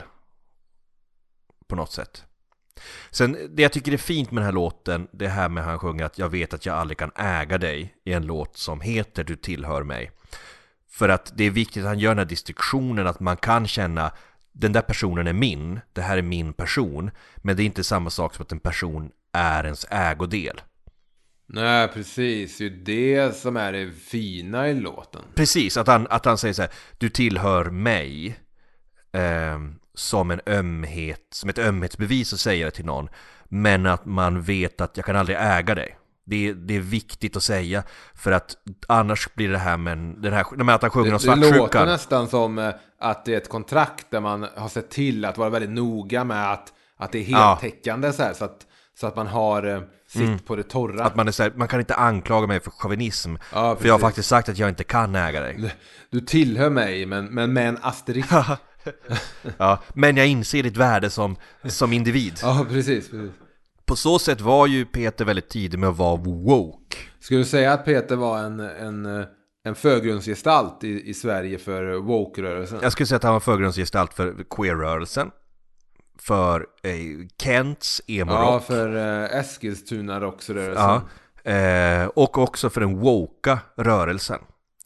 på något sätt. Sen det jag tycker är fint med den här låten, det här med han sjunger att jag vet att jag aldrig kan äga dig i en låt som heter Du tillhör mig. För att det är viktigt att han gör den här distinktionen att man kan känna den där personen är min, det här är min person, men det är inte samma sak som att en person är ens ägodel. Nej, precis. Det är det som är det fina i låten. Precis, att han, att han säger så här: du tillhör mig eh, som en ömhet, som ett ömhetsbevis att säga det till någon. Men att man vet att jag kan aldrig äga dig. Det är, det är viktigt att säga. För att annars blir det här med den här, med att han sjunger om svartsjukan. Det låter nästan som att det är ett kontrakt där man har sett till att vara väldigt noga med att, att det är heltäckande, ja. så, här, så, att, så att man har sitt mm. på det torra. Att man, är så här, man kan inte anklaga mig för chauvinism. Ja, för jag har faktiskt sagt att jag inte kan äga dig. Du, du tillhör mig, men, men med en asterisk. Ja, men jag inser ditt värde som, som individ. Ja, precis, precis. På så sätt var ju Peter väldigt tidig med att vara woke. Skulle du säga att Peter var en, en, en förgrundsgestalt i, i Sverige för woke-rörelsen? Jag skulle säga att han var förgrundsgestalt för queer-rörelsen. För eh, Kents emo-rock. Ja, för eh, Eskilstuna-rocksrörelsen. Ja, eh, och också för den woka-rörelsen.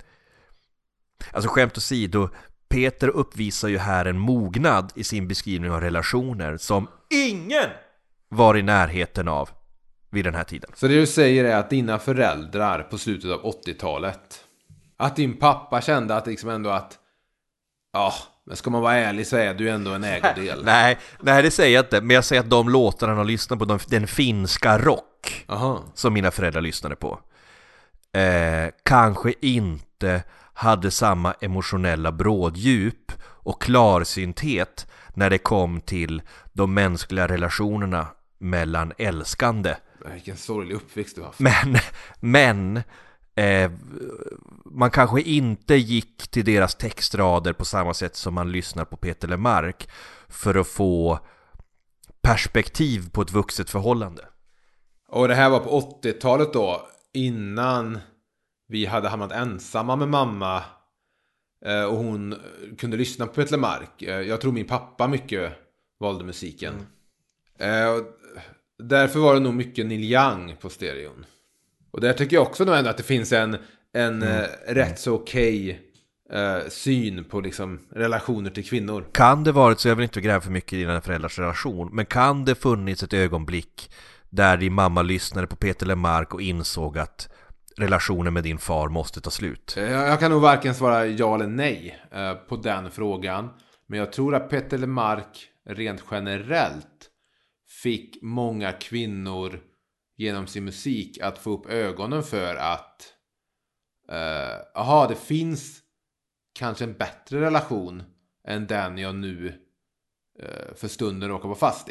Alltså skämt åsido, Peter uppvisar ju här en mognad i sin beskrivning av relationer som ingen var i närheten av vid den här tiden. Så det du säger är att dina föräldrar på slutet av åttiotalet, att din pappa kände att liksom ändå att ja, men ska man vara ärlig så är du ändå en ägodel. nej, nej, det säger jag inte. Men jag säger att de låtarna han har lyssnat på, de, den finska rock Aha. som mina föräldrar lyssnade på eh, kanske inte hade samma emotionella bråddjup och klarsynthet när det kom till de mänskliga relationerna mellan älskande. Vilken sorglig uppväxt du har haft. Men, men eh, man kanske inte gick till deras textrader på samma sätt som man lyssnar på Peter Lemark för att få perspektiv på ett vuxet förhållande. Och det här var på åttiotalet då, innan vi hade hamnat ensamma med mamma och hon kunde lyssna på Peter Lemark. Jag tror min pappa mycket valde musiken. Mm. Därför var det nog mycket Neil Young på stereon. Och där tycker jag också nog ändå att det finns en, en mm. eh, rätt så okej eh, syn på liksom relationer till kvinnor. Kan det varit, så jag vill inte gräva för mycket i dina föräldrars relation, men kan det funnits ett ögonblick där din mamma lyssnade på Peter Lemark och insåg att relationen med din far måste ta slut? Jag kan nog varken svara ja eller nej eh, på den frågan. Men jag tror att Peter Lemark rent generellt fick många kvinnor genom sin musik att få upp ögonen för att eh, aha, det finns kanske en bättre relation än den jag nu eh, för stunden råkar vara fast i.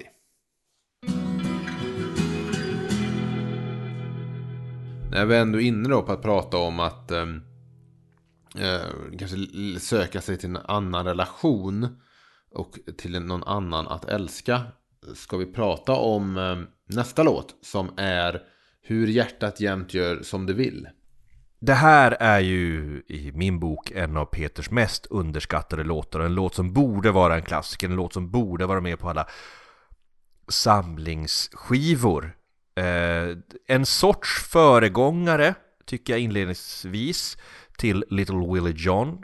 När vi ändå är inne då på att prata om att eh, kanske söka sig till en annan relation och till någon annan att älska, ska vi prata om eh, nästa låt som är Hur hjärtat jämt gör som det vill. Det här är ju i min bok en av Peters mest underskattade låtar. En låt som borde vara en klassiker, en låt som borde vara med på alla samlingsskivor. Eh, en sorts föregångare, tycker jag inledningsvis, till Little Willie John.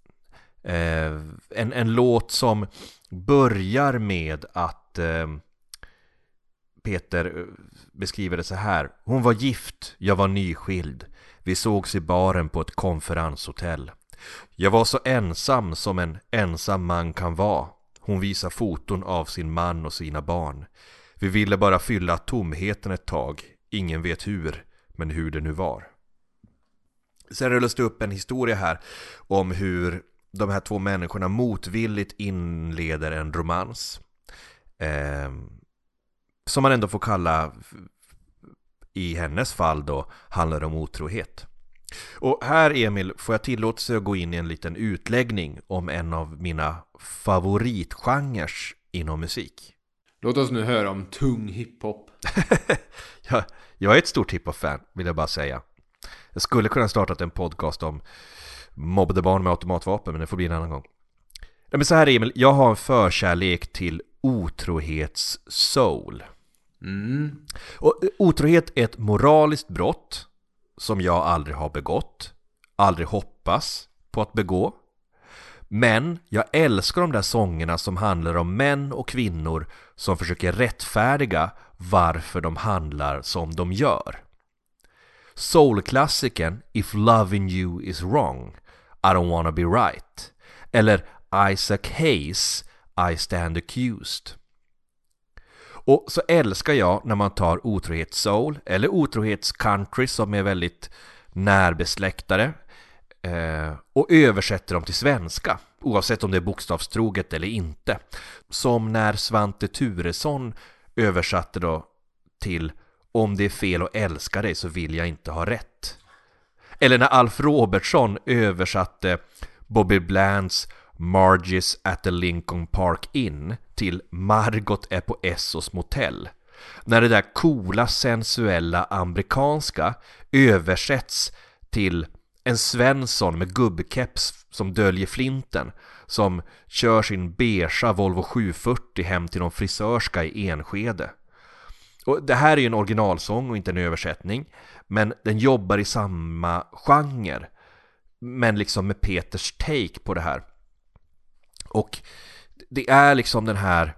Eh, en, en låt som börjar med att eh, Peter beskriver det så här: hon var gift, jag var nyskild. Vi sågs i baren på ett konferenshotell. Jag var så ensam som en ensam man kan vara. Hon visar foton av sin man och sina barn. Vi ville bara fylla tomheten ett tag. Ingen vet hur, men hur det nu var. Sen rullas det upp en historia här om hur de här två människorna motvilligt inleder en romans. Eh, som man ändå får kalla, i hennes fall då, handlar om otrohet. Och här, Emil, får jag tillåtelse att gå in i en liten utläggning om en av mina favoritgenres inom musik. Låt oss nu höra om tung hiphop. jag, jag är ett stort hiphop-fan, vill jag bara säga. Jag skulle kunna startat en podcast om mobbade barn med automatvapen, men det får bli en annan gång. Ja, men så här, Emil, jag har en förkärlek till otrohets-soul. Mm. Och otrohet är ett moraliskt brott som jag aldrig har begått, aldrig hoppas på att begå. Men jag älskar de där sångerna som handlar om män och kvinnor som försöker rättfärdiga varför de handlar som de gör. Soulklassiken If Loving You Is Wrong, I Don't Wanna Be Right. Eller Isaac Hayes, I Stand Accused. Och så älskar jag när man tar otrohetssoul eller otrohetscountry som är väldigt närbesläktade eh, och översätter dem till svenska, oavsett om det är bokstavstroget eller inte. Som när Svante Turesson översatte då till Om det är fel att älska dig så vill jag inte ha rätt. Eller när Alf Robertson översatte Bobby Blands Margie's at the Lincoln Park Inn till Margot är på Essos motell. När det där coola, sensuella amerikanska översätts till en Svensson med gubbkeps som döljer flinten, som kör sin beige Volvo sjuhundrafyrtio hem till någon frisörska i Enskede. Och det här är ju en originalsång och inte en översättning, men den jobbar i samma genre, men liksom med Peters take på det här. Och det är liksom den här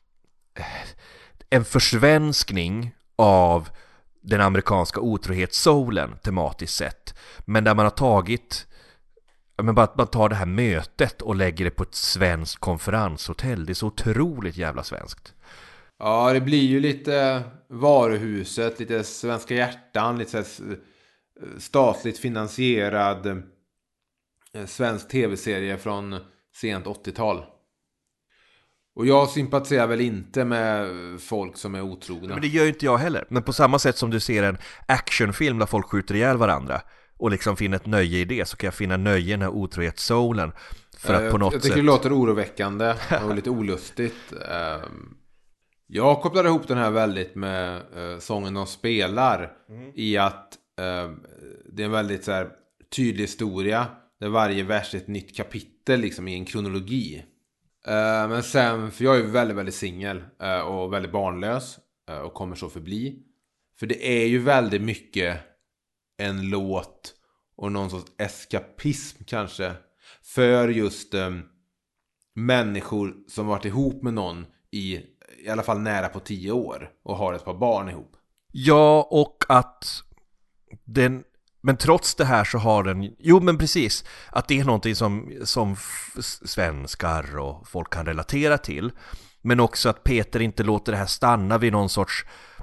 en försvenskning av den amerikanska otrohetssoulen tematiskt sett, men där man har tagit men bara att man tar det här mötet och lägger det på ett svenskt konferenshotell. Det är så otroligt jävla svenskt. Ja, det blir ju lite Varuhuset, lite Svenska hjärtan, lite så statligt finansierad svensk tv-serie från sent åttiotal. Och jag sympatiserar väl inte med folk som är otrogna. Men det gör ju inte jag heller. Men på samma sätt som du ser en actionfilm där folk skjuter ihjäl varandra och liksom finner ett nöje i det, så kan jag finna nöje i den här otrohetssoulen för att på något jag tycker sätt... det låter oroväckande och lite olustigt. Jag kopplar ihop den här väldigt med sången de spelar mm. i att det är en väldigt så här tydlig historia där varje vers är ett nytt kapitel liksom i en kronologi. Uh, men sen, för jag är ju väldigt, väldigt singel uh, och väldigt barnlös. eh, och kommer så förbli. För det är ju väldigt mycket en låt och någon sorts eskapism kanske för just eh, människor som varit ihop med någon i i alla fall nära på tio år och har ett par barn ihop. Ja, och att den, men trots det här så har den, jo men precis, att det är någonting som, som f- svenskar och folk kan relatera till. Men också att Peter inte låter det här stanna vid någon sorts,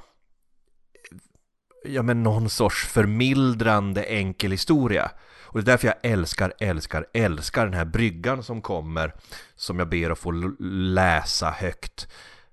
ja men någon sorts förmildrande enkel historia. Och det är därför jag älskar, älskar, älskar den här bryggan som kommer, som jag ber att få l- läsa högt.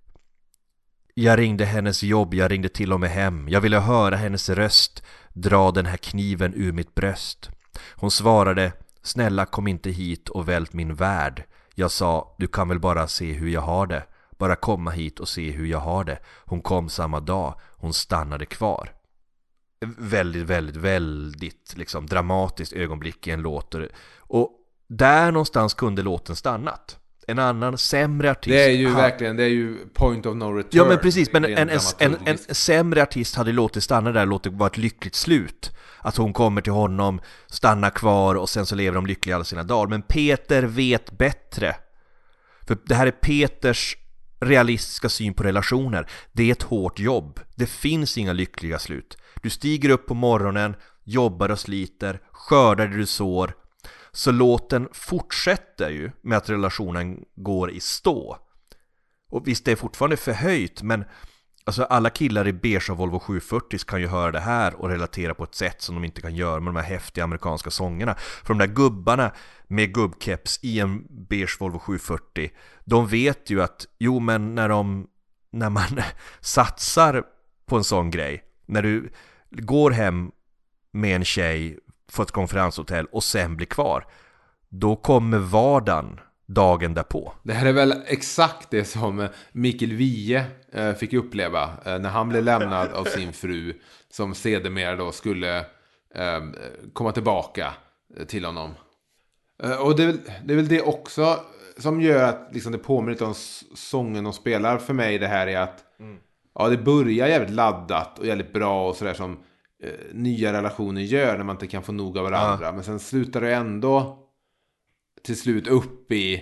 Jag ringde hennes jobb, jag ringde till och med hem. Jag ville höra hennes röst, dra den här kniven ur mitt bröst. Hon svarade, snälla kom inte hit och vält min värld. Jag sa, du kan väl bara se hur jag har det. Bara komma hit och se hur jag har det. Hon kom samma dag, hon stannade kvar. Väldigt, väldigt, väldigt liksom dramatiskt ögonblick i en låt. Och där någonstans kunde låten stannat. En annan sämre artist. Det är ju ha... verkligen, det är ju point of no return. Ja men precis, men en, en, en, en sämre artist hade låtit stanna där, låtit vara ett lyckligt slut. Att hon kommer till honom, stannar kvar och sen så lever de lyckliga alla sina dagar. Men Peter vet bättre. För det här är Peters realistiska syn på relationer. Det är ett hårt jobb. Det finns inga lyckliga slut. Du stiger upp på morgonen, jobbar och sliter, skördar det du sår. Så låten fortsätter ju med att relationen går i stå. Och visst, det är fortfarande förhöjt, men alltså alla killar i beige och Volvo sju fyrtio kan ju höra det här och relatera på ett sätt som de inte kan göra med de här häftiga amerikanska sångerna. För de där gubbarna med gubbkeps i en beige Volvo sju fyrtio, de vet ju att jo men när de när man satsar på en sån grej, när du går hem med en tjej på ett konferenshotell och sen blir kvar, då kommer vardagen dagen därpå. Det här är väl exakt det som Mikael Wiehe eh, fick uppleva eh, när han blev lämnad av sin fru, som sedermera då skulle eh, komma tillbaka till honom. Eh, och det är, väl, det är väl det också som gör att liksom, det påminner lite om sången de spelar för mig. Det här är att mm. ja, det börjar jävligt laddat och jävligt bra och sådär som eh, nya relationer gör när man inte kan få nog av varandra. Ja. Men sen slutar det ändå till slut upp i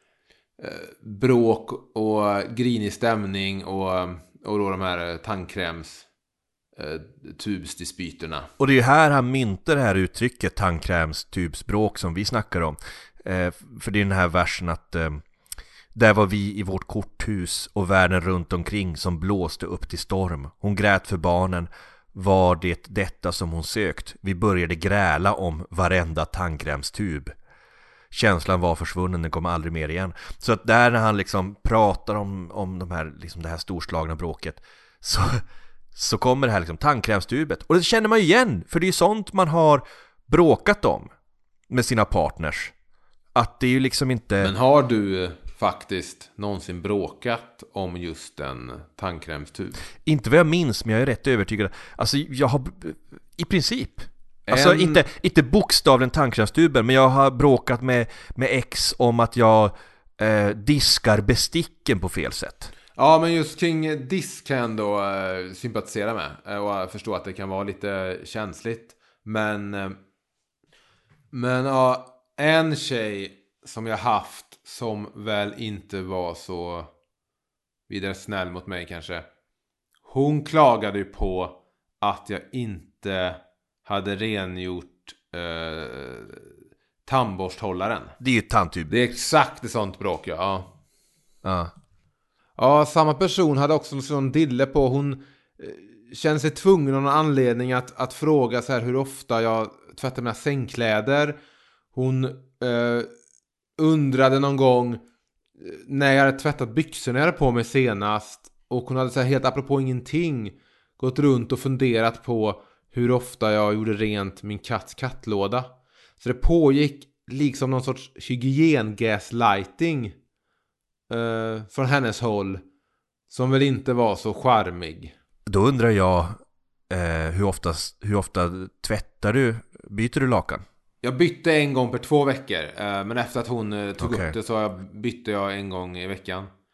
eh, bråk och grinig stämning och, och då de här tandkräms eh, tubsdispyterna. Och det är ju här han myntar det här uttrycket tandkräms tubsbråk som vi snackar om. Eh, för det är den här versen att eh, där var vi i vårt korthus och världen runt omkring som blåste upp till storm. Hon grät för barnen. Var det detta som hon sökt? Vi började gräla om varenda tandkrämstub. Känslan var försvunnen, den kommer aldrig mer igen. Så att där när han liksom pratar om, om de här, liksom det här storslagna bråket, så, så kommer det här liksom tandkrämstubet. Och det känner man ju igen, för det är ju sånt man har bråkat om med sina partners. Att det är ju liksom inte... Men har du faktiskt någonsin bråkat om just en tandkrämstub? Inte vad jag minns, men jag är rätt övertygad. Alltså jag har i princip... Alltså en... inte, inte bokstavligen tandkrämstuben, men jag har bråkat med, med ex om att jag eh, diskar besticken på fel sätt. Ja, men just kring disk kan jag ändå eh, sympatisera med och förstå att det kan vara lite känsligt. Men, eh, men ja, en tjej som jag haft som väl inte var så vidare snäll mot mig kanske. Hon klagade ju på att jag inte hade rengjort eh, tandborsthållaren. Det är ju tandtub. Det är exakt ett sånt bråk, ja. Ja. Ja, samma person hade också en sån dille på. Hon eh, kände sig tvungen av någon anledning att, att fråga så här hur ofta jag tvättar mina sängkläder. Hon eh, undrade någon gång när jag hade tvättat byxorna jag hade på mig senast. Och hon hade så här helt apropå ingenting gått runt och funderat på hur ofta jag gjorde rent min katts kattlåda. Så det pågick liksom någon sorts hygien-gaslighting eh, från hennes håll, som väl inte var så charmig. Då undrar jag eh, hur, ofta, hur ofta tvättar du? Byter du lakan? Jag bytte en gång per två veckor. Eh, men efter att hon eh, tog okay. upp det så jag bytte jag en gång i veckan.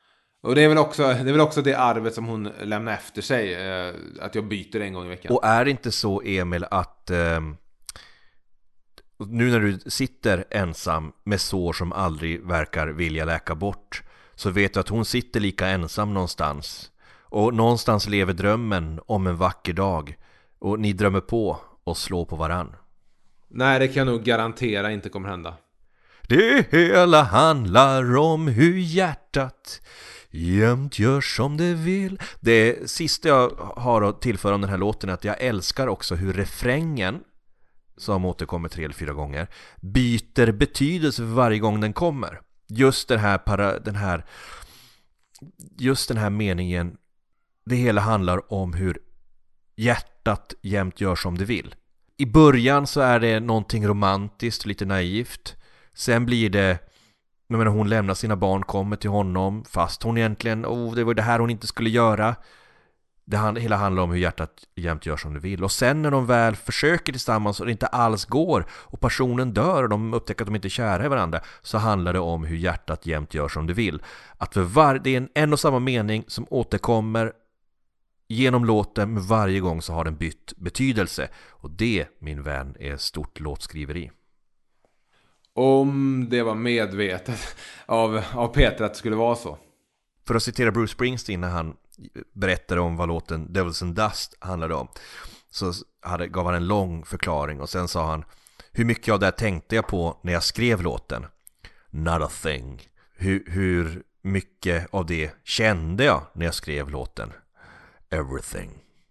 Och det är väl också det, är väl också det arvet som hon lämnar efter sig. Eh, att jag byter en gång i veckan. Och är det inte så, Emil, att eh, nu när du sitter ensam med sår som aldrig verkar vilja läka bort, så vet du att hon sitter lika ensam någonstans. Och någonstans lever drömmen om en vacker dag. Och ni drömmer på och slår på varann. Nej, det kan jag nog garantera inte kommer hända. Det hela handlar om hur hjärtat jämt gör som det vill. Det sista jag har att tillföra om den här låten är att jag älskar också hur refrängen, som återkommer tre eller fyra gånger, byter betydelse för varje gång den kommer. Just den här, para, den här just den här meningen, det hela handlar om hur hjärtat jämt gör som det vill. I början så är det någonting romantiskt, lite naivt. Sen blir det, jag menar, hon lämnar sina barn, kommer till honom, fast hon egentligen, oh, det var det här hon inte skulle göra. Det hand, hela handlar om hur hjärtat jämt gör som det vill. Och sen när de väl försöker tillsammans och det inte alls går och personen dör och de upptäcker att de inte är kära i varandra, så handlar det om hur hjärtat jämt gör som det vill. Att för var, det är en, en och samma mening som återkommer genom låten, men varje gång så har den bytt betydelse. Och det, min vän, är stort låtskriveri. Om det var medvetet av, av Peter att det skulle vara så. För att citera Bruce Springsteen när han berättade om vad låten Devils and Dust handlade om, så hade, gav han en lång förklaring och sen sa han: hur mycket av det tänkte jag på när jag skrev låten? Not a thing. Hur, hur mycket av det kände jag när jag skrev låten? Everything.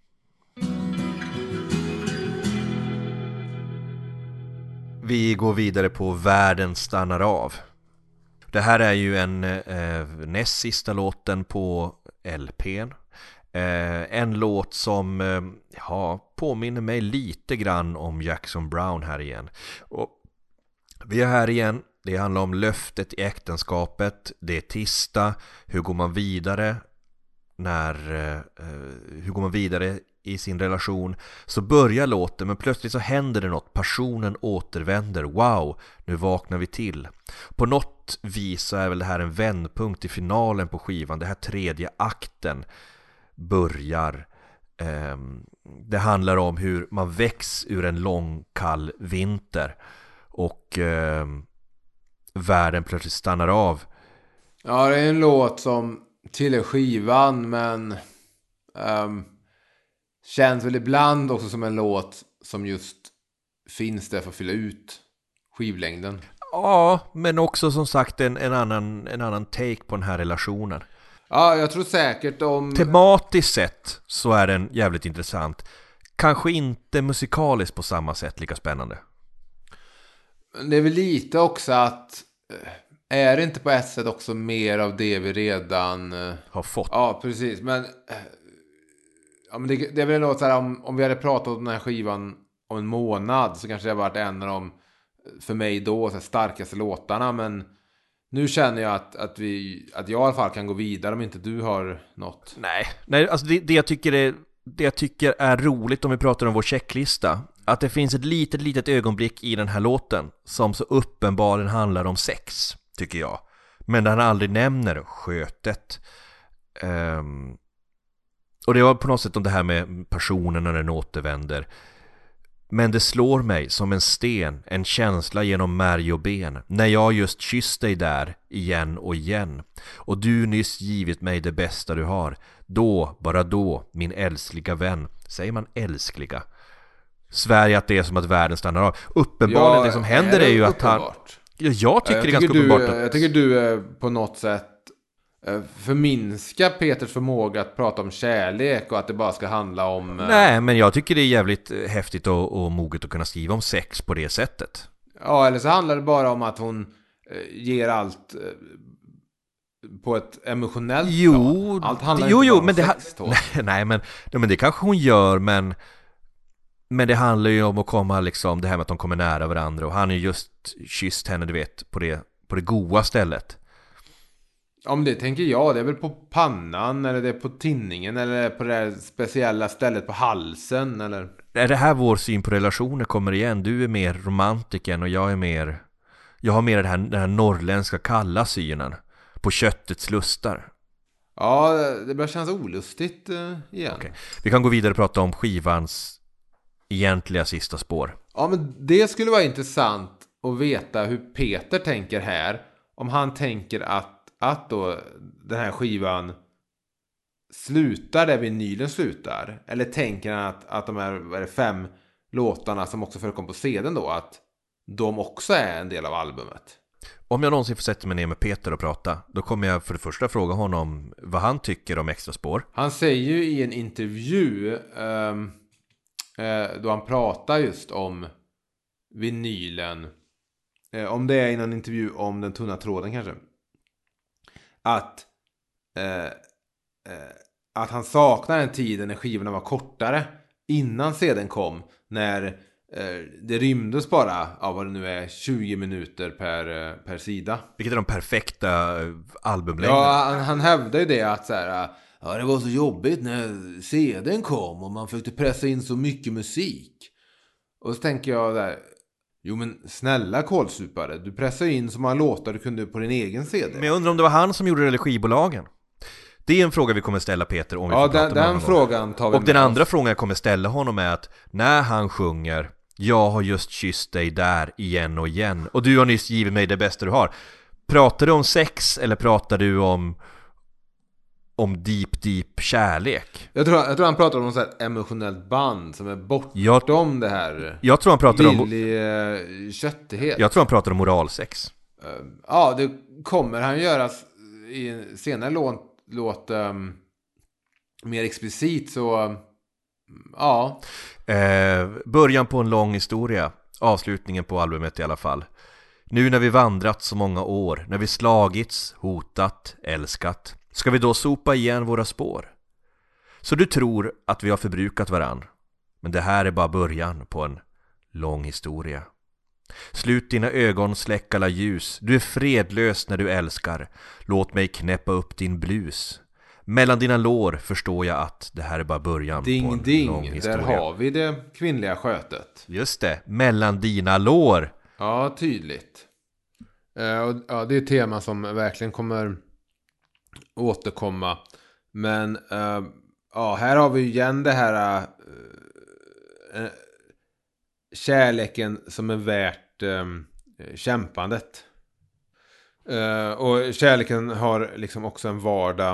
Vi går vidare på Världen stannar av. Det här är ju en eh, näst sista låten på L P:n. Eh, en låt som eh, ja, påminner mig lite grann om Jackson Browne här igen. Och vi är här igen. Det handlar om löftet i äktenskapet. Det är tisdag. Hur går man vidare när eh, hur går man vidare i sin relation? Så börjar låten, men plötsligt så händer det något. Passionen återvänder. Wow, nu vaknar vi till. På något vis så är väl det här en vändpunkt i finalen på skivan. Det här tredje akten börjar. Eh, det handlar om hur man väcks ur en lång kall vinter och eh, världen plötsligt stannar av. Ja, det är en låt som tillhör skivan, men um, känns väl ibland också som en låt som just finns där för att fylla ut skivlängden. Ja, men också som sagt en, en, annan, en annan take på den här relationen. Ja, jag tror säkert om... Tematiskt sett så är den jävligt intressant. Kanske inte musikaliskt på samma sätt lika spännande. Det är väl lite också att... Är det inte på ett sätt också mer av det vi redan... Har fått. Ja, precis. Men, ja, men det, det är väl något så här, om, om vi hade pratat om den här skivan om en månad så kanske det hade varit en av de, för mig då, så här, starkaste låtarna. Men nu känner jag att, att, vi, att jag i alla fall kan gå vidare om inte du har något. Nej, Nej alltså det, det, jag tycker är, det jag tycker är roligt om vi pratar om vår checklista, att det finns ett litet, litet ögonblick i den här låten som så uppenbarligen handlar om sex, tycker jag. Men han aldrig nämner skötet. Um, och det var på något sätt om det här med personen när den återvänder. Men det slår mig som en sten, en känsla genom märg och ben, när jag just kysst dig där igen och igen. Och du nyss givit mig det bästa du har. Då, bara då, min älskliga vän. Säger man älskliga? Sverige att det är som att världen stannar av. Uppenbarligen ja, det som händer är, det är ju att han... Ja, jag tycker jag det är ganska du, uppenbart. Att... Jag tycker du är på något sätt förminska Peters förmåga att prata om kärlek och att det bara ska handla om... Nej, men jag tycker det är jävligt häftigt och, och moget att kunna skriva om sex på det sättet. Ja, eller så handlar det bara om att hon ger allt på ett emotionellt jo, plan. Allt handlar jo, inte jo, bara men om det sex ha... nej, nej, men, nej, men det kanske hon gör, men men det handlar ju om att komma liksom, det här med att de kommer nära varandra och han är just kysst henne, du vet, på det, på det goda stället. Om det tänker jag, det är väl på pannan eller det är på tinningen eller på det här speciella stället på halsen eller... Är det här vår syn på relationer kommer igen? Du är mer romantiken och jag är mer... Jag har mer den här, den här norrländska kalla synen på köttets lustar. Ja, det börjar kännas olustigt uh, igen. Okay. Vi kan gå vidare och prata om skivans egentliga sista spår. Ja, men det skulle vara intressant att veta hur Peter tänker här. Om han tänker att, att då den här skivan slutar där vinylen slutar. Eller tänker han att, att de här vad är det, fem låtarna som också förekom på C D:n då, att de också är en del av albumet. Om jag någonsin får sätta mig ner med Peter och prata, då kommer jag för det första fråga honom vad han tycker om extra spår. Han säger ju i en intervju um, uh, då han pratar just om vinylen, uh, om det är i någon intervju om den tunna tråden kanske, att uh, uh, att han saknar den tiden när skivorna var kortare innan C D:n kom, när det rymdes bara av vad det nu är tjugo minuter per, per sida. Vilket är de perfekta albumlängderna. Ja, han, han hävdade ju det att så här, ja, det var så jobbigt när C D:n kom och man försökte pressa in så mycket musik. Och så tänker jag där, jo men snälla kolsupare, du pressar in så många låtar du kunde på din egen C D. Men jag undrar om det var han som gjorde det eller skivbolagen. Det är en fråga vi kommer ställa Peter om vi ja, får prata den, med den honom. frågan tar vi Och den med andra oss. frågan jag kommer ställa honom är att när han sjunger jag har just kysst dig där igen och igen och du har nyss givit mig det bästa du har. Pratar du om sex eller pratar du om om deep deep kärlek? Jag tror, jag tror han pratar om något sånt här emotionellt band som är bortom jag, det här. Jag tror han pratar om billig köttighet. Jag tror han pratar om moralsex. Uh, ja, det kommer han göra i en senare låt, låt um, mer explicit så um, ja. Eh, början på en lång historia. Avslutningen på albumet i alla fall. Nu när vi vandrat så många år, när vi slagits, hotat, älskat, ska vi då sopa igen våra spår? Så du tror att vi har förbrukat varann, men det här är bara början på en lång historia. Slut dina ögon, släck alla ljus. Du är fredlös när du älskar. Låt mig knäppa upp din blus. Mellan dina lår förstår jag att det här är bara början ding, på en ding, lång historia. där har vi det kvinnliga skötet. Just det, mellan dina lår. Ja, tydligt. Uh, och, ja, det är ett tema som verkligen kommer återkomma. Men uh, ja, här har vi igen det här uh, uh, kärleken som är värt um, kämpandet. Uh, och kärleken har liksom också en vardag.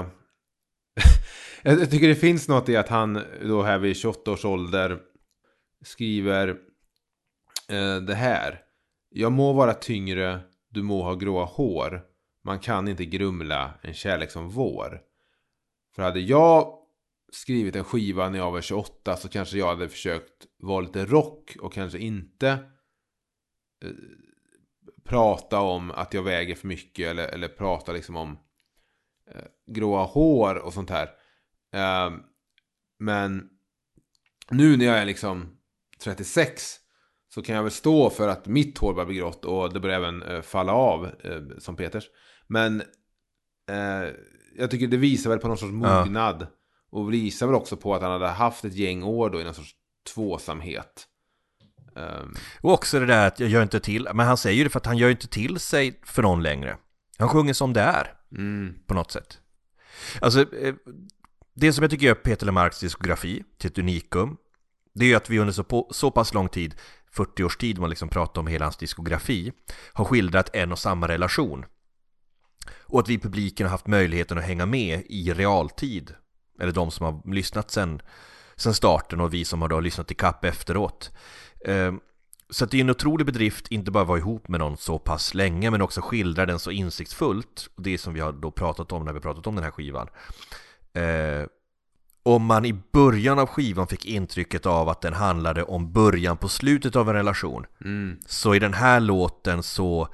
Jag tycker det finns något i att han då här vid tjugoåtta års ålder skriver uh, det här. Jag må vara tyngre, du må ha gråa hår. Man kan inte grumla en kärlek som vår. För hade jag skrivit en skiva när jag var tjugoåtta så kanske jag hade försökt vara lite rock och kanske inte uh, prata om att jag väger för mycket eller, eller prata liksom om uh, gråa hår och sånt här. Uh, men nu när jag är liksom trettiosex så kan jag väl stå för att mitt hår börjar bli grått och det börjar även uh, falla av uh, som Peters. Men uh, jag tycker det visar väl på någon sorts mognad. Ja. Och visar väl också på att han hade haft ett gäng år då i någon sorts tvåsamhet. Um. Och också det där att jag gör inte till. Men han säger ju det för att han gör inte till sig för någon längre. Han sjunger som det är. Mm. På något sätt. Alltså det som jag tycker gör Peter Lemarks diskografi till ett unikum, det är ju att vi under så, på, så pass lång tid, fyrtio års tid man liksom pratar om hela hans diskografi, har skildrat en och samma relation. Och att vi i publiken har haft möjligheten att hänga med i realtid. Eller de som har lyssnat sen, sen starten och vi som har då lyssnat i kapp efteråt. Eh, så att det är en otrolig bedrift inte bara vara ihop med någon så pass länge men också skildra den så insiktsfullt. Och det som vi har då pratat om när vi pratat om den här skivan. Eh, om man i början av skivan fick intrycket av att den handlade om början på slutet av en relation. Mm. Så i den här låten så,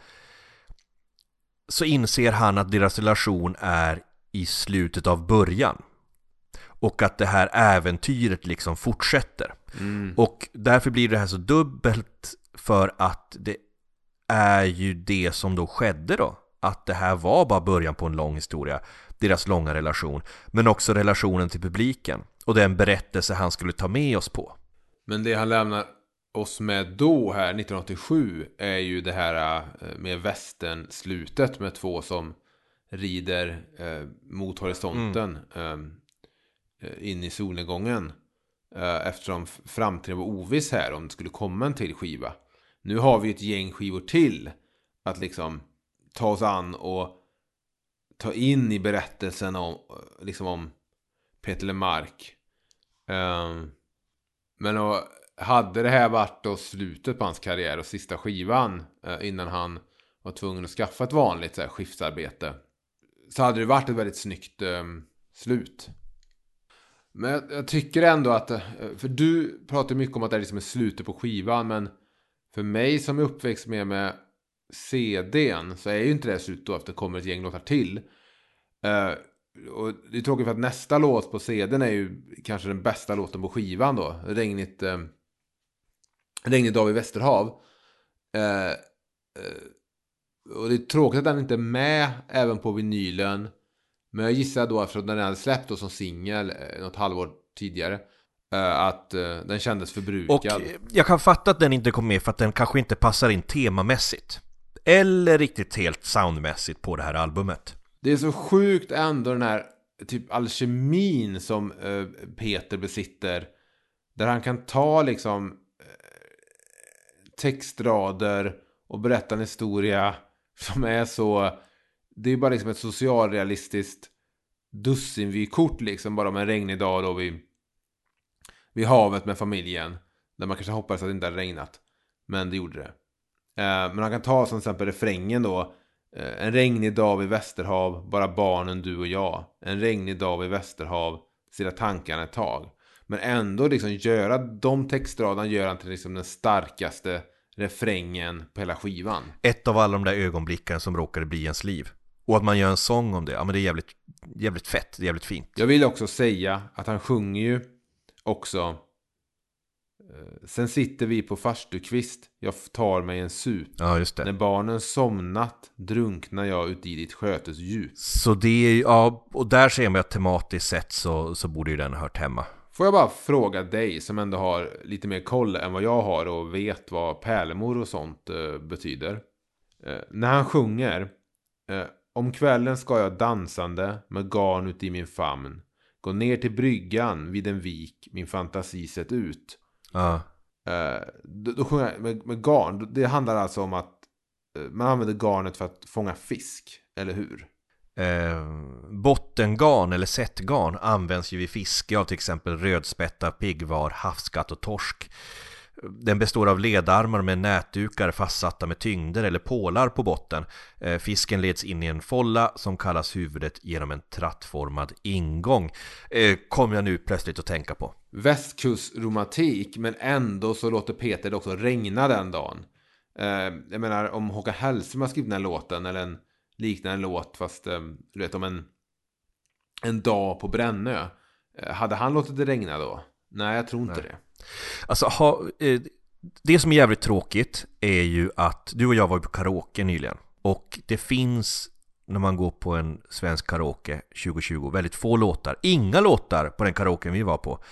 så inser han att deras relation är i slutet av början. Och att det här äventyret liksom fortsätter. Mm. Och därför blir det här så dubbelt för att det är ju det som då skedde då. Att det här var bara början på en lång historia. Deras långa relation. Men också relationen till publiken. Och den berättelse han skulle ta med oss på. Men det han lämnar oss med då här nittonhundraåttiosju är ju det här med västern slutet med två som rider eh, mot horisonten mm. eh, in i solnedgången. Eh, eftersom framtiden var oviss här om det skulle komma en till skiva. Nu har vi ett gäng skivor till att liksom ta oss an och ta in i berättelsen om, liksom om Peter Lemark. Um, men då, hade det här varit då slutet på hans karriär och sista skivan uh, innan han var tvungen att skaffa ett vanligt så här, skiftarbete, så hade det varit ett väldigt snyggt um, slut. Men jag, jag tycker ändå att, uh, för du pratar mycket om att det är liksom ett slutet på skivan, men för mig som är uppväxt med med C D:n så är ju inte det slut då, efter det kommer ett gäng låtar till. Uh, och det är tråkigt för att nästa låt på C D:n är ju kanske den bästa låten på skivan då. Regnigt, uh, Regnigt dag i Västerhav. Uh, uh, och det är tråkigt att den inte är med även på vinylen. Men jag gissar då, eftersom den hade släppt då som singel uh, något halvår tidigare, uh, att uh, den kändes förbrukad. Och jag kan fatta att den inte kom med för att den kanske inte passar in temamässigt eller riktigt helt soundmässigt på det här albumet. Det är så sjukt ändå den här typ alkemin som uh, Peter besitter. Där han kan ta liksom uh, textrader och berätta en historia som är så... Det är bara liksom ett socialrealistiskt dussinvykort liksom, bara om en regnig dag då vid, vid havet med familjen. Där man kanske hoppas att det inte hade regnat. Men det gjorde det. Uh, men han kan ta som exempel refrängen då. En regnig dag vid Västerhav, bara barnen, du och jag. En regnig dag vid Västerhav, sina tankarna ett tag. Men ändå liksom göra de textraderna, gör han till liksom den starkaste refrängen på hela skivan. Ett av alla de där ögonblicken som råkade bli ens liv. Och att man gör en sång om det, ja men det är jävligt, jävligt fett, det är jävligt fint. Jag vill också säga att han sjunger ju också: sen sitter vi på farstukvist, jag tar mig en sup. Ja, just det. När barnen somnat drunknar jag ut i ditt skötes djup. Så det är ju, ja, och där ser man att tematiskt sett så, så borde ju den ha hört hemma. Får jag bara fråga dig som ändå har lite mer koll än vad jag har och vet vad pärlemor och sånt eh, betyder. Eh, när han sjunger eh, om kvällen ska jag dansande med garn ut i min famn. Gå ner till bryggan vid en vik, min fantasi sett ut. Ja. Uh, då, då sjunger jag med, med garn. Det handlar alltså om att uh, man använder garnet för att fånga fisk, eller hur? Eh, bottengarn eller sättgarn används ju vid fiske av till exempel rödspätta, piggvar, havskatt och torsk. Den består av ledarmar med nätdukar fastsatta med tyngder eller pålar på botten. Eh, fisken leds in i en folla som kallas huvudet genom en trattformad ingång. Eh, kom jag nu plötsligt att tänka på. Västkustromantik, men ändå så låter Peter det också regna den dagen. Eh, jag menar, om Håkan Hellström har skrivit den här låten, eller en liknande låt, fast eh, du vet, om en, en dag på Brännö. Eh, hade han låtit det regna då? Nej, jag tror inte Nej. det. Alltså, ha, eh, det som är jävligt tråkigt är ju att du och jag var på karaoke nyligen. Och det finns, när man går på en svensk karaoke tjugo tjugo, väldigt få låtar. Inga låtar på den karaoken vi var på.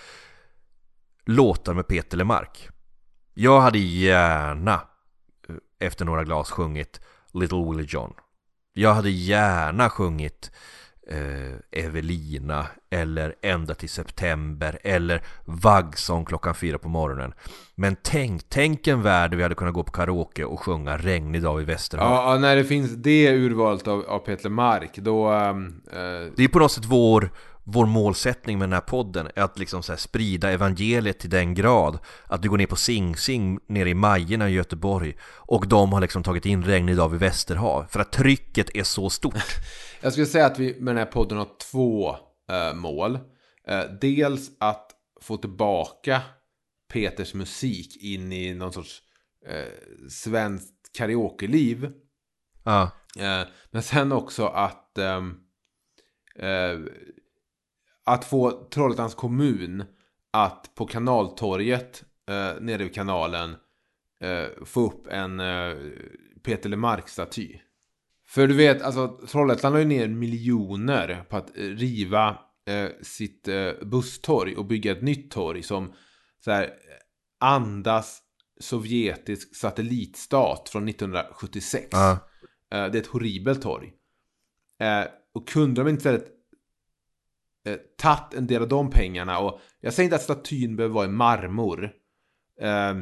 Låtar med Peter Lemark. Jag hade gärna efter några glas sjungit Little Willie John. Jag hade gärna sjungit eh, Evelina eller Ända till september eller Vaggsång klockan fyra på morgonen. Men tänk, tänk en värld där vi hade kunnat gå på karaoke och sjunga Regnig dag i Västerhav. Ja, när det finns det urvalet av, av Peter Lemark, då... Um, uh... Det är på något sätt vår... Vår målsättning med den här podden är att liksom så här sprida evangeliet till den grad att du går ner på Sing Sing nere i Majerna i Göteborg och de har liksom tagit in Regnig dag vid Västerhav för att trycket är så stort. Jag skulle säga att vi med den här podden har två uh, mål. Uh, dels att få tillbaka Peters musik in i någon sorts uh, svenskt karaoke-liv. Ja. Uh, men sen också att... Um, uh, Att få Trollhättans kommun att på kanaltorget eh, nere vid kanalen eh, få upp en eh, Peter Lemark-staty. För du vet, alltså Trollhättan har ju ner miljoner på att riva eh, sitt eh, busstorg och bygga ett nytt torg som så här, andas sovjetisk satellitstat från nittonhundrasjuttiosex. Ja. Eh, det är ett horribelt torg. Eh, och kunde de inte istället eh, tagit en del av de pengarna, och jag säger inte att statyn behöver vara i marmor. Eh,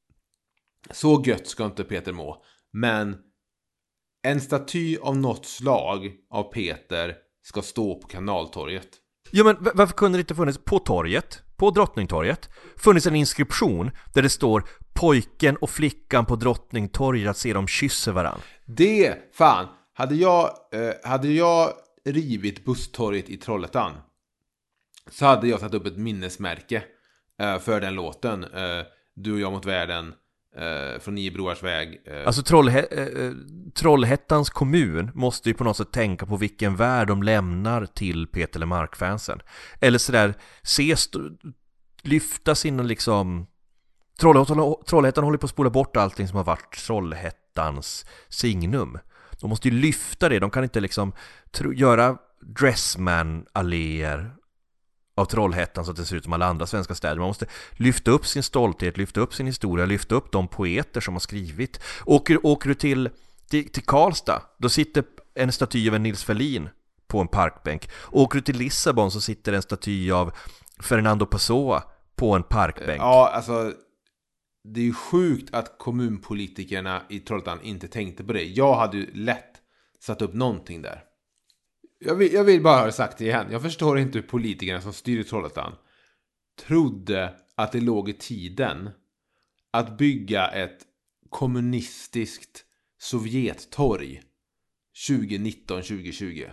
så gött ska inte Peter må. Men en staty av något slag av Peter ska stå på Kanaltorget. Ja, men varför kunde det inte funnits på torget, på Drottningtorget, funnits en inskription där det står pojken och flickan på Drottningtorget att se dem kysser varann? Det, fan, hade jag, eh, hade jag rivit busstorget i Trollhättan, så hade jag satt upp ett minnesmärke eh, för den låten. Eh, Du och jag mot världen, eh, från Nio Broars väg. Eh. Alltså Trollhä- eh, Trollhättans kommun måste ju på något sätt tänka på vilken värld de lämnar till Peter LeMarc-fansen. Eller sådär, se, st- lyfta sina liksom... Trollhättan, Trollhättan håller på att spola bort allting som har varit Trollhättans signum. De måste ju lyfta det, de kan inte liksom tro- göra Dressman-alléer av Trollhättan så att det ser ut som alla andra svenska städer. Man måste lyfta upp sin stolthet, lyfta upp sin historia, lyfta upp de poeter som har skrivit. Åker, åker du till, till, till Karlstad, då sitter en staty av en Nils Ferlin på en parkbänk. Åker du till Lissabon så sitter en staty av Fernando Pessoa på en parkbänk. Ja, alltså det är ju sjukt att kommunpolitikerna i Trollhättan inte tänkte på det. Jag hade ju lätt satt upp någonting där. Jag vill, jag vill bara ha det sagt det igen. Jag förstår inte hur politikerna som styr i Trollhättan trodde att det låg i tiden att bygga ett kommunistiskt Sovjettorg tjugonitton tjugohundratjugo.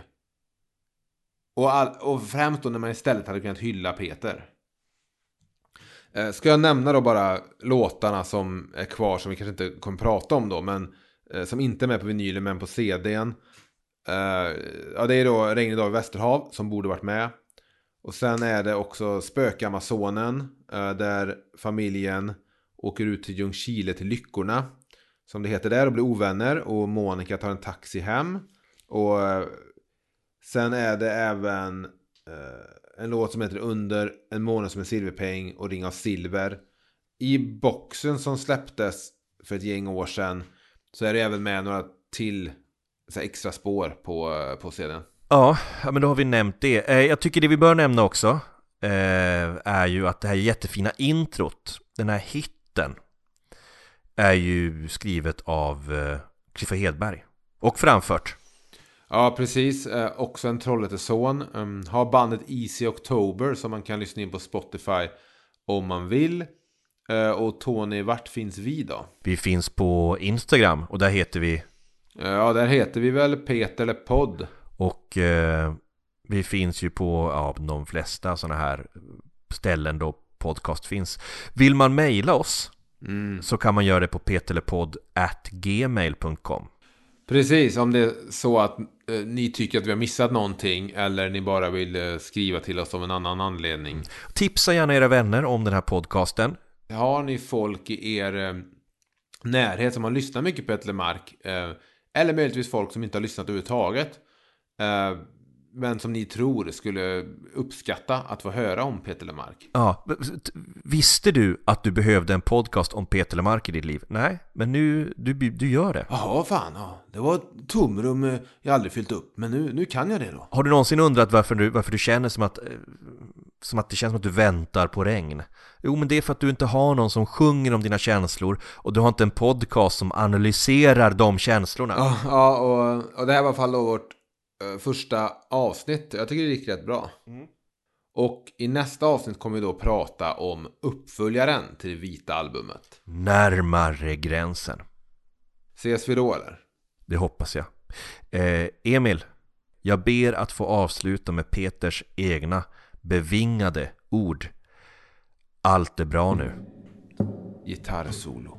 Och, all, och främst då när man istället hade kunnat hylla Peter. Eh, ska jag nämna då bara låtarna som är kvar som vi kanske inte kommer prata om då, men eh, som inte är med på vinylen men på C D:n. Uh, ja, det är då Regn idag i Västerhav som borde varit med. Och sen är det också Spökamazonen, uh, där familjen åker ut till Ljungskile till Lyckorna, som det heter där, och blir ovänner. Och Monica tar en taxi hem. Och uh, sen är det även uh, en låt som heter Under en månad som en silverpeng och Ring av silver. I boxen som släpptes för ett gäng år sedan så är det även med några till så extra spår på, på C D:n. Ja, men då har vi nämnt det. Jag tycker det vi bör nämna också är ju att det här jättefina introt, den här hitten, är ju skrivet av Christer Hedberg och framfört. Ja, precis. Också en Trollhätteson. Har bandet Easy October som man kan lyssna in på Spotify om man vill. Och Tony, vart finns vi då? Vi finns på Instagram och där heter vi... Ja, där heter vi väl Peter eller Podd. Och eh, vi finns ju på ja, de flesta sådana här ställen då podcast finns. Vill man mejla oss mm. så kan man göra det på peterlepodd at gmail dot com. Precis, om det är så att eh, ni tycker att vi har missat någonting eller ni bara vill eh, skriva till oss av en annan anledning. Tipsa gärna era vänner om den här podcasten. Har ni folk i er eh, närhet som har lyssnat mycket på Peter LeMarc, eh, eller möjligtvis folk som inte har lyssnat överhuvudtaget, eh, men som ni tror skulle uppskatta att få höra om Peter LeMarc. Ja, visste du att du behövde en podcast om Peter LeMarc i ditt liv? Nej, men nu du, du gör det. Ja, fan. Ja. Det var ett tomrum jag aldrig fyllt upp, men nu, nu kan jag det då. Har du någonsin undrat varför du, varför du känner som att, som att det känns som att du väntar på regn? Jo, men det är för att du inte har någon som sjunger om dina känslor och du har inte en podcast som analyserar de känslorna. Ja, ja och, och det här var i alla fall vårt uh, första avsnitt. Jag tycker det gick rätt bra. Mm. Och i nästa avsnitt kommer vi då prata om uppföljaren till det vita albumet. Närmare gränsen. Ses vi då eller? Det hoppas jag. Eh, Emil, jag ber att få avsluta med Peters egna bevingade ord. Allt är bra nu. Gitarrsolo.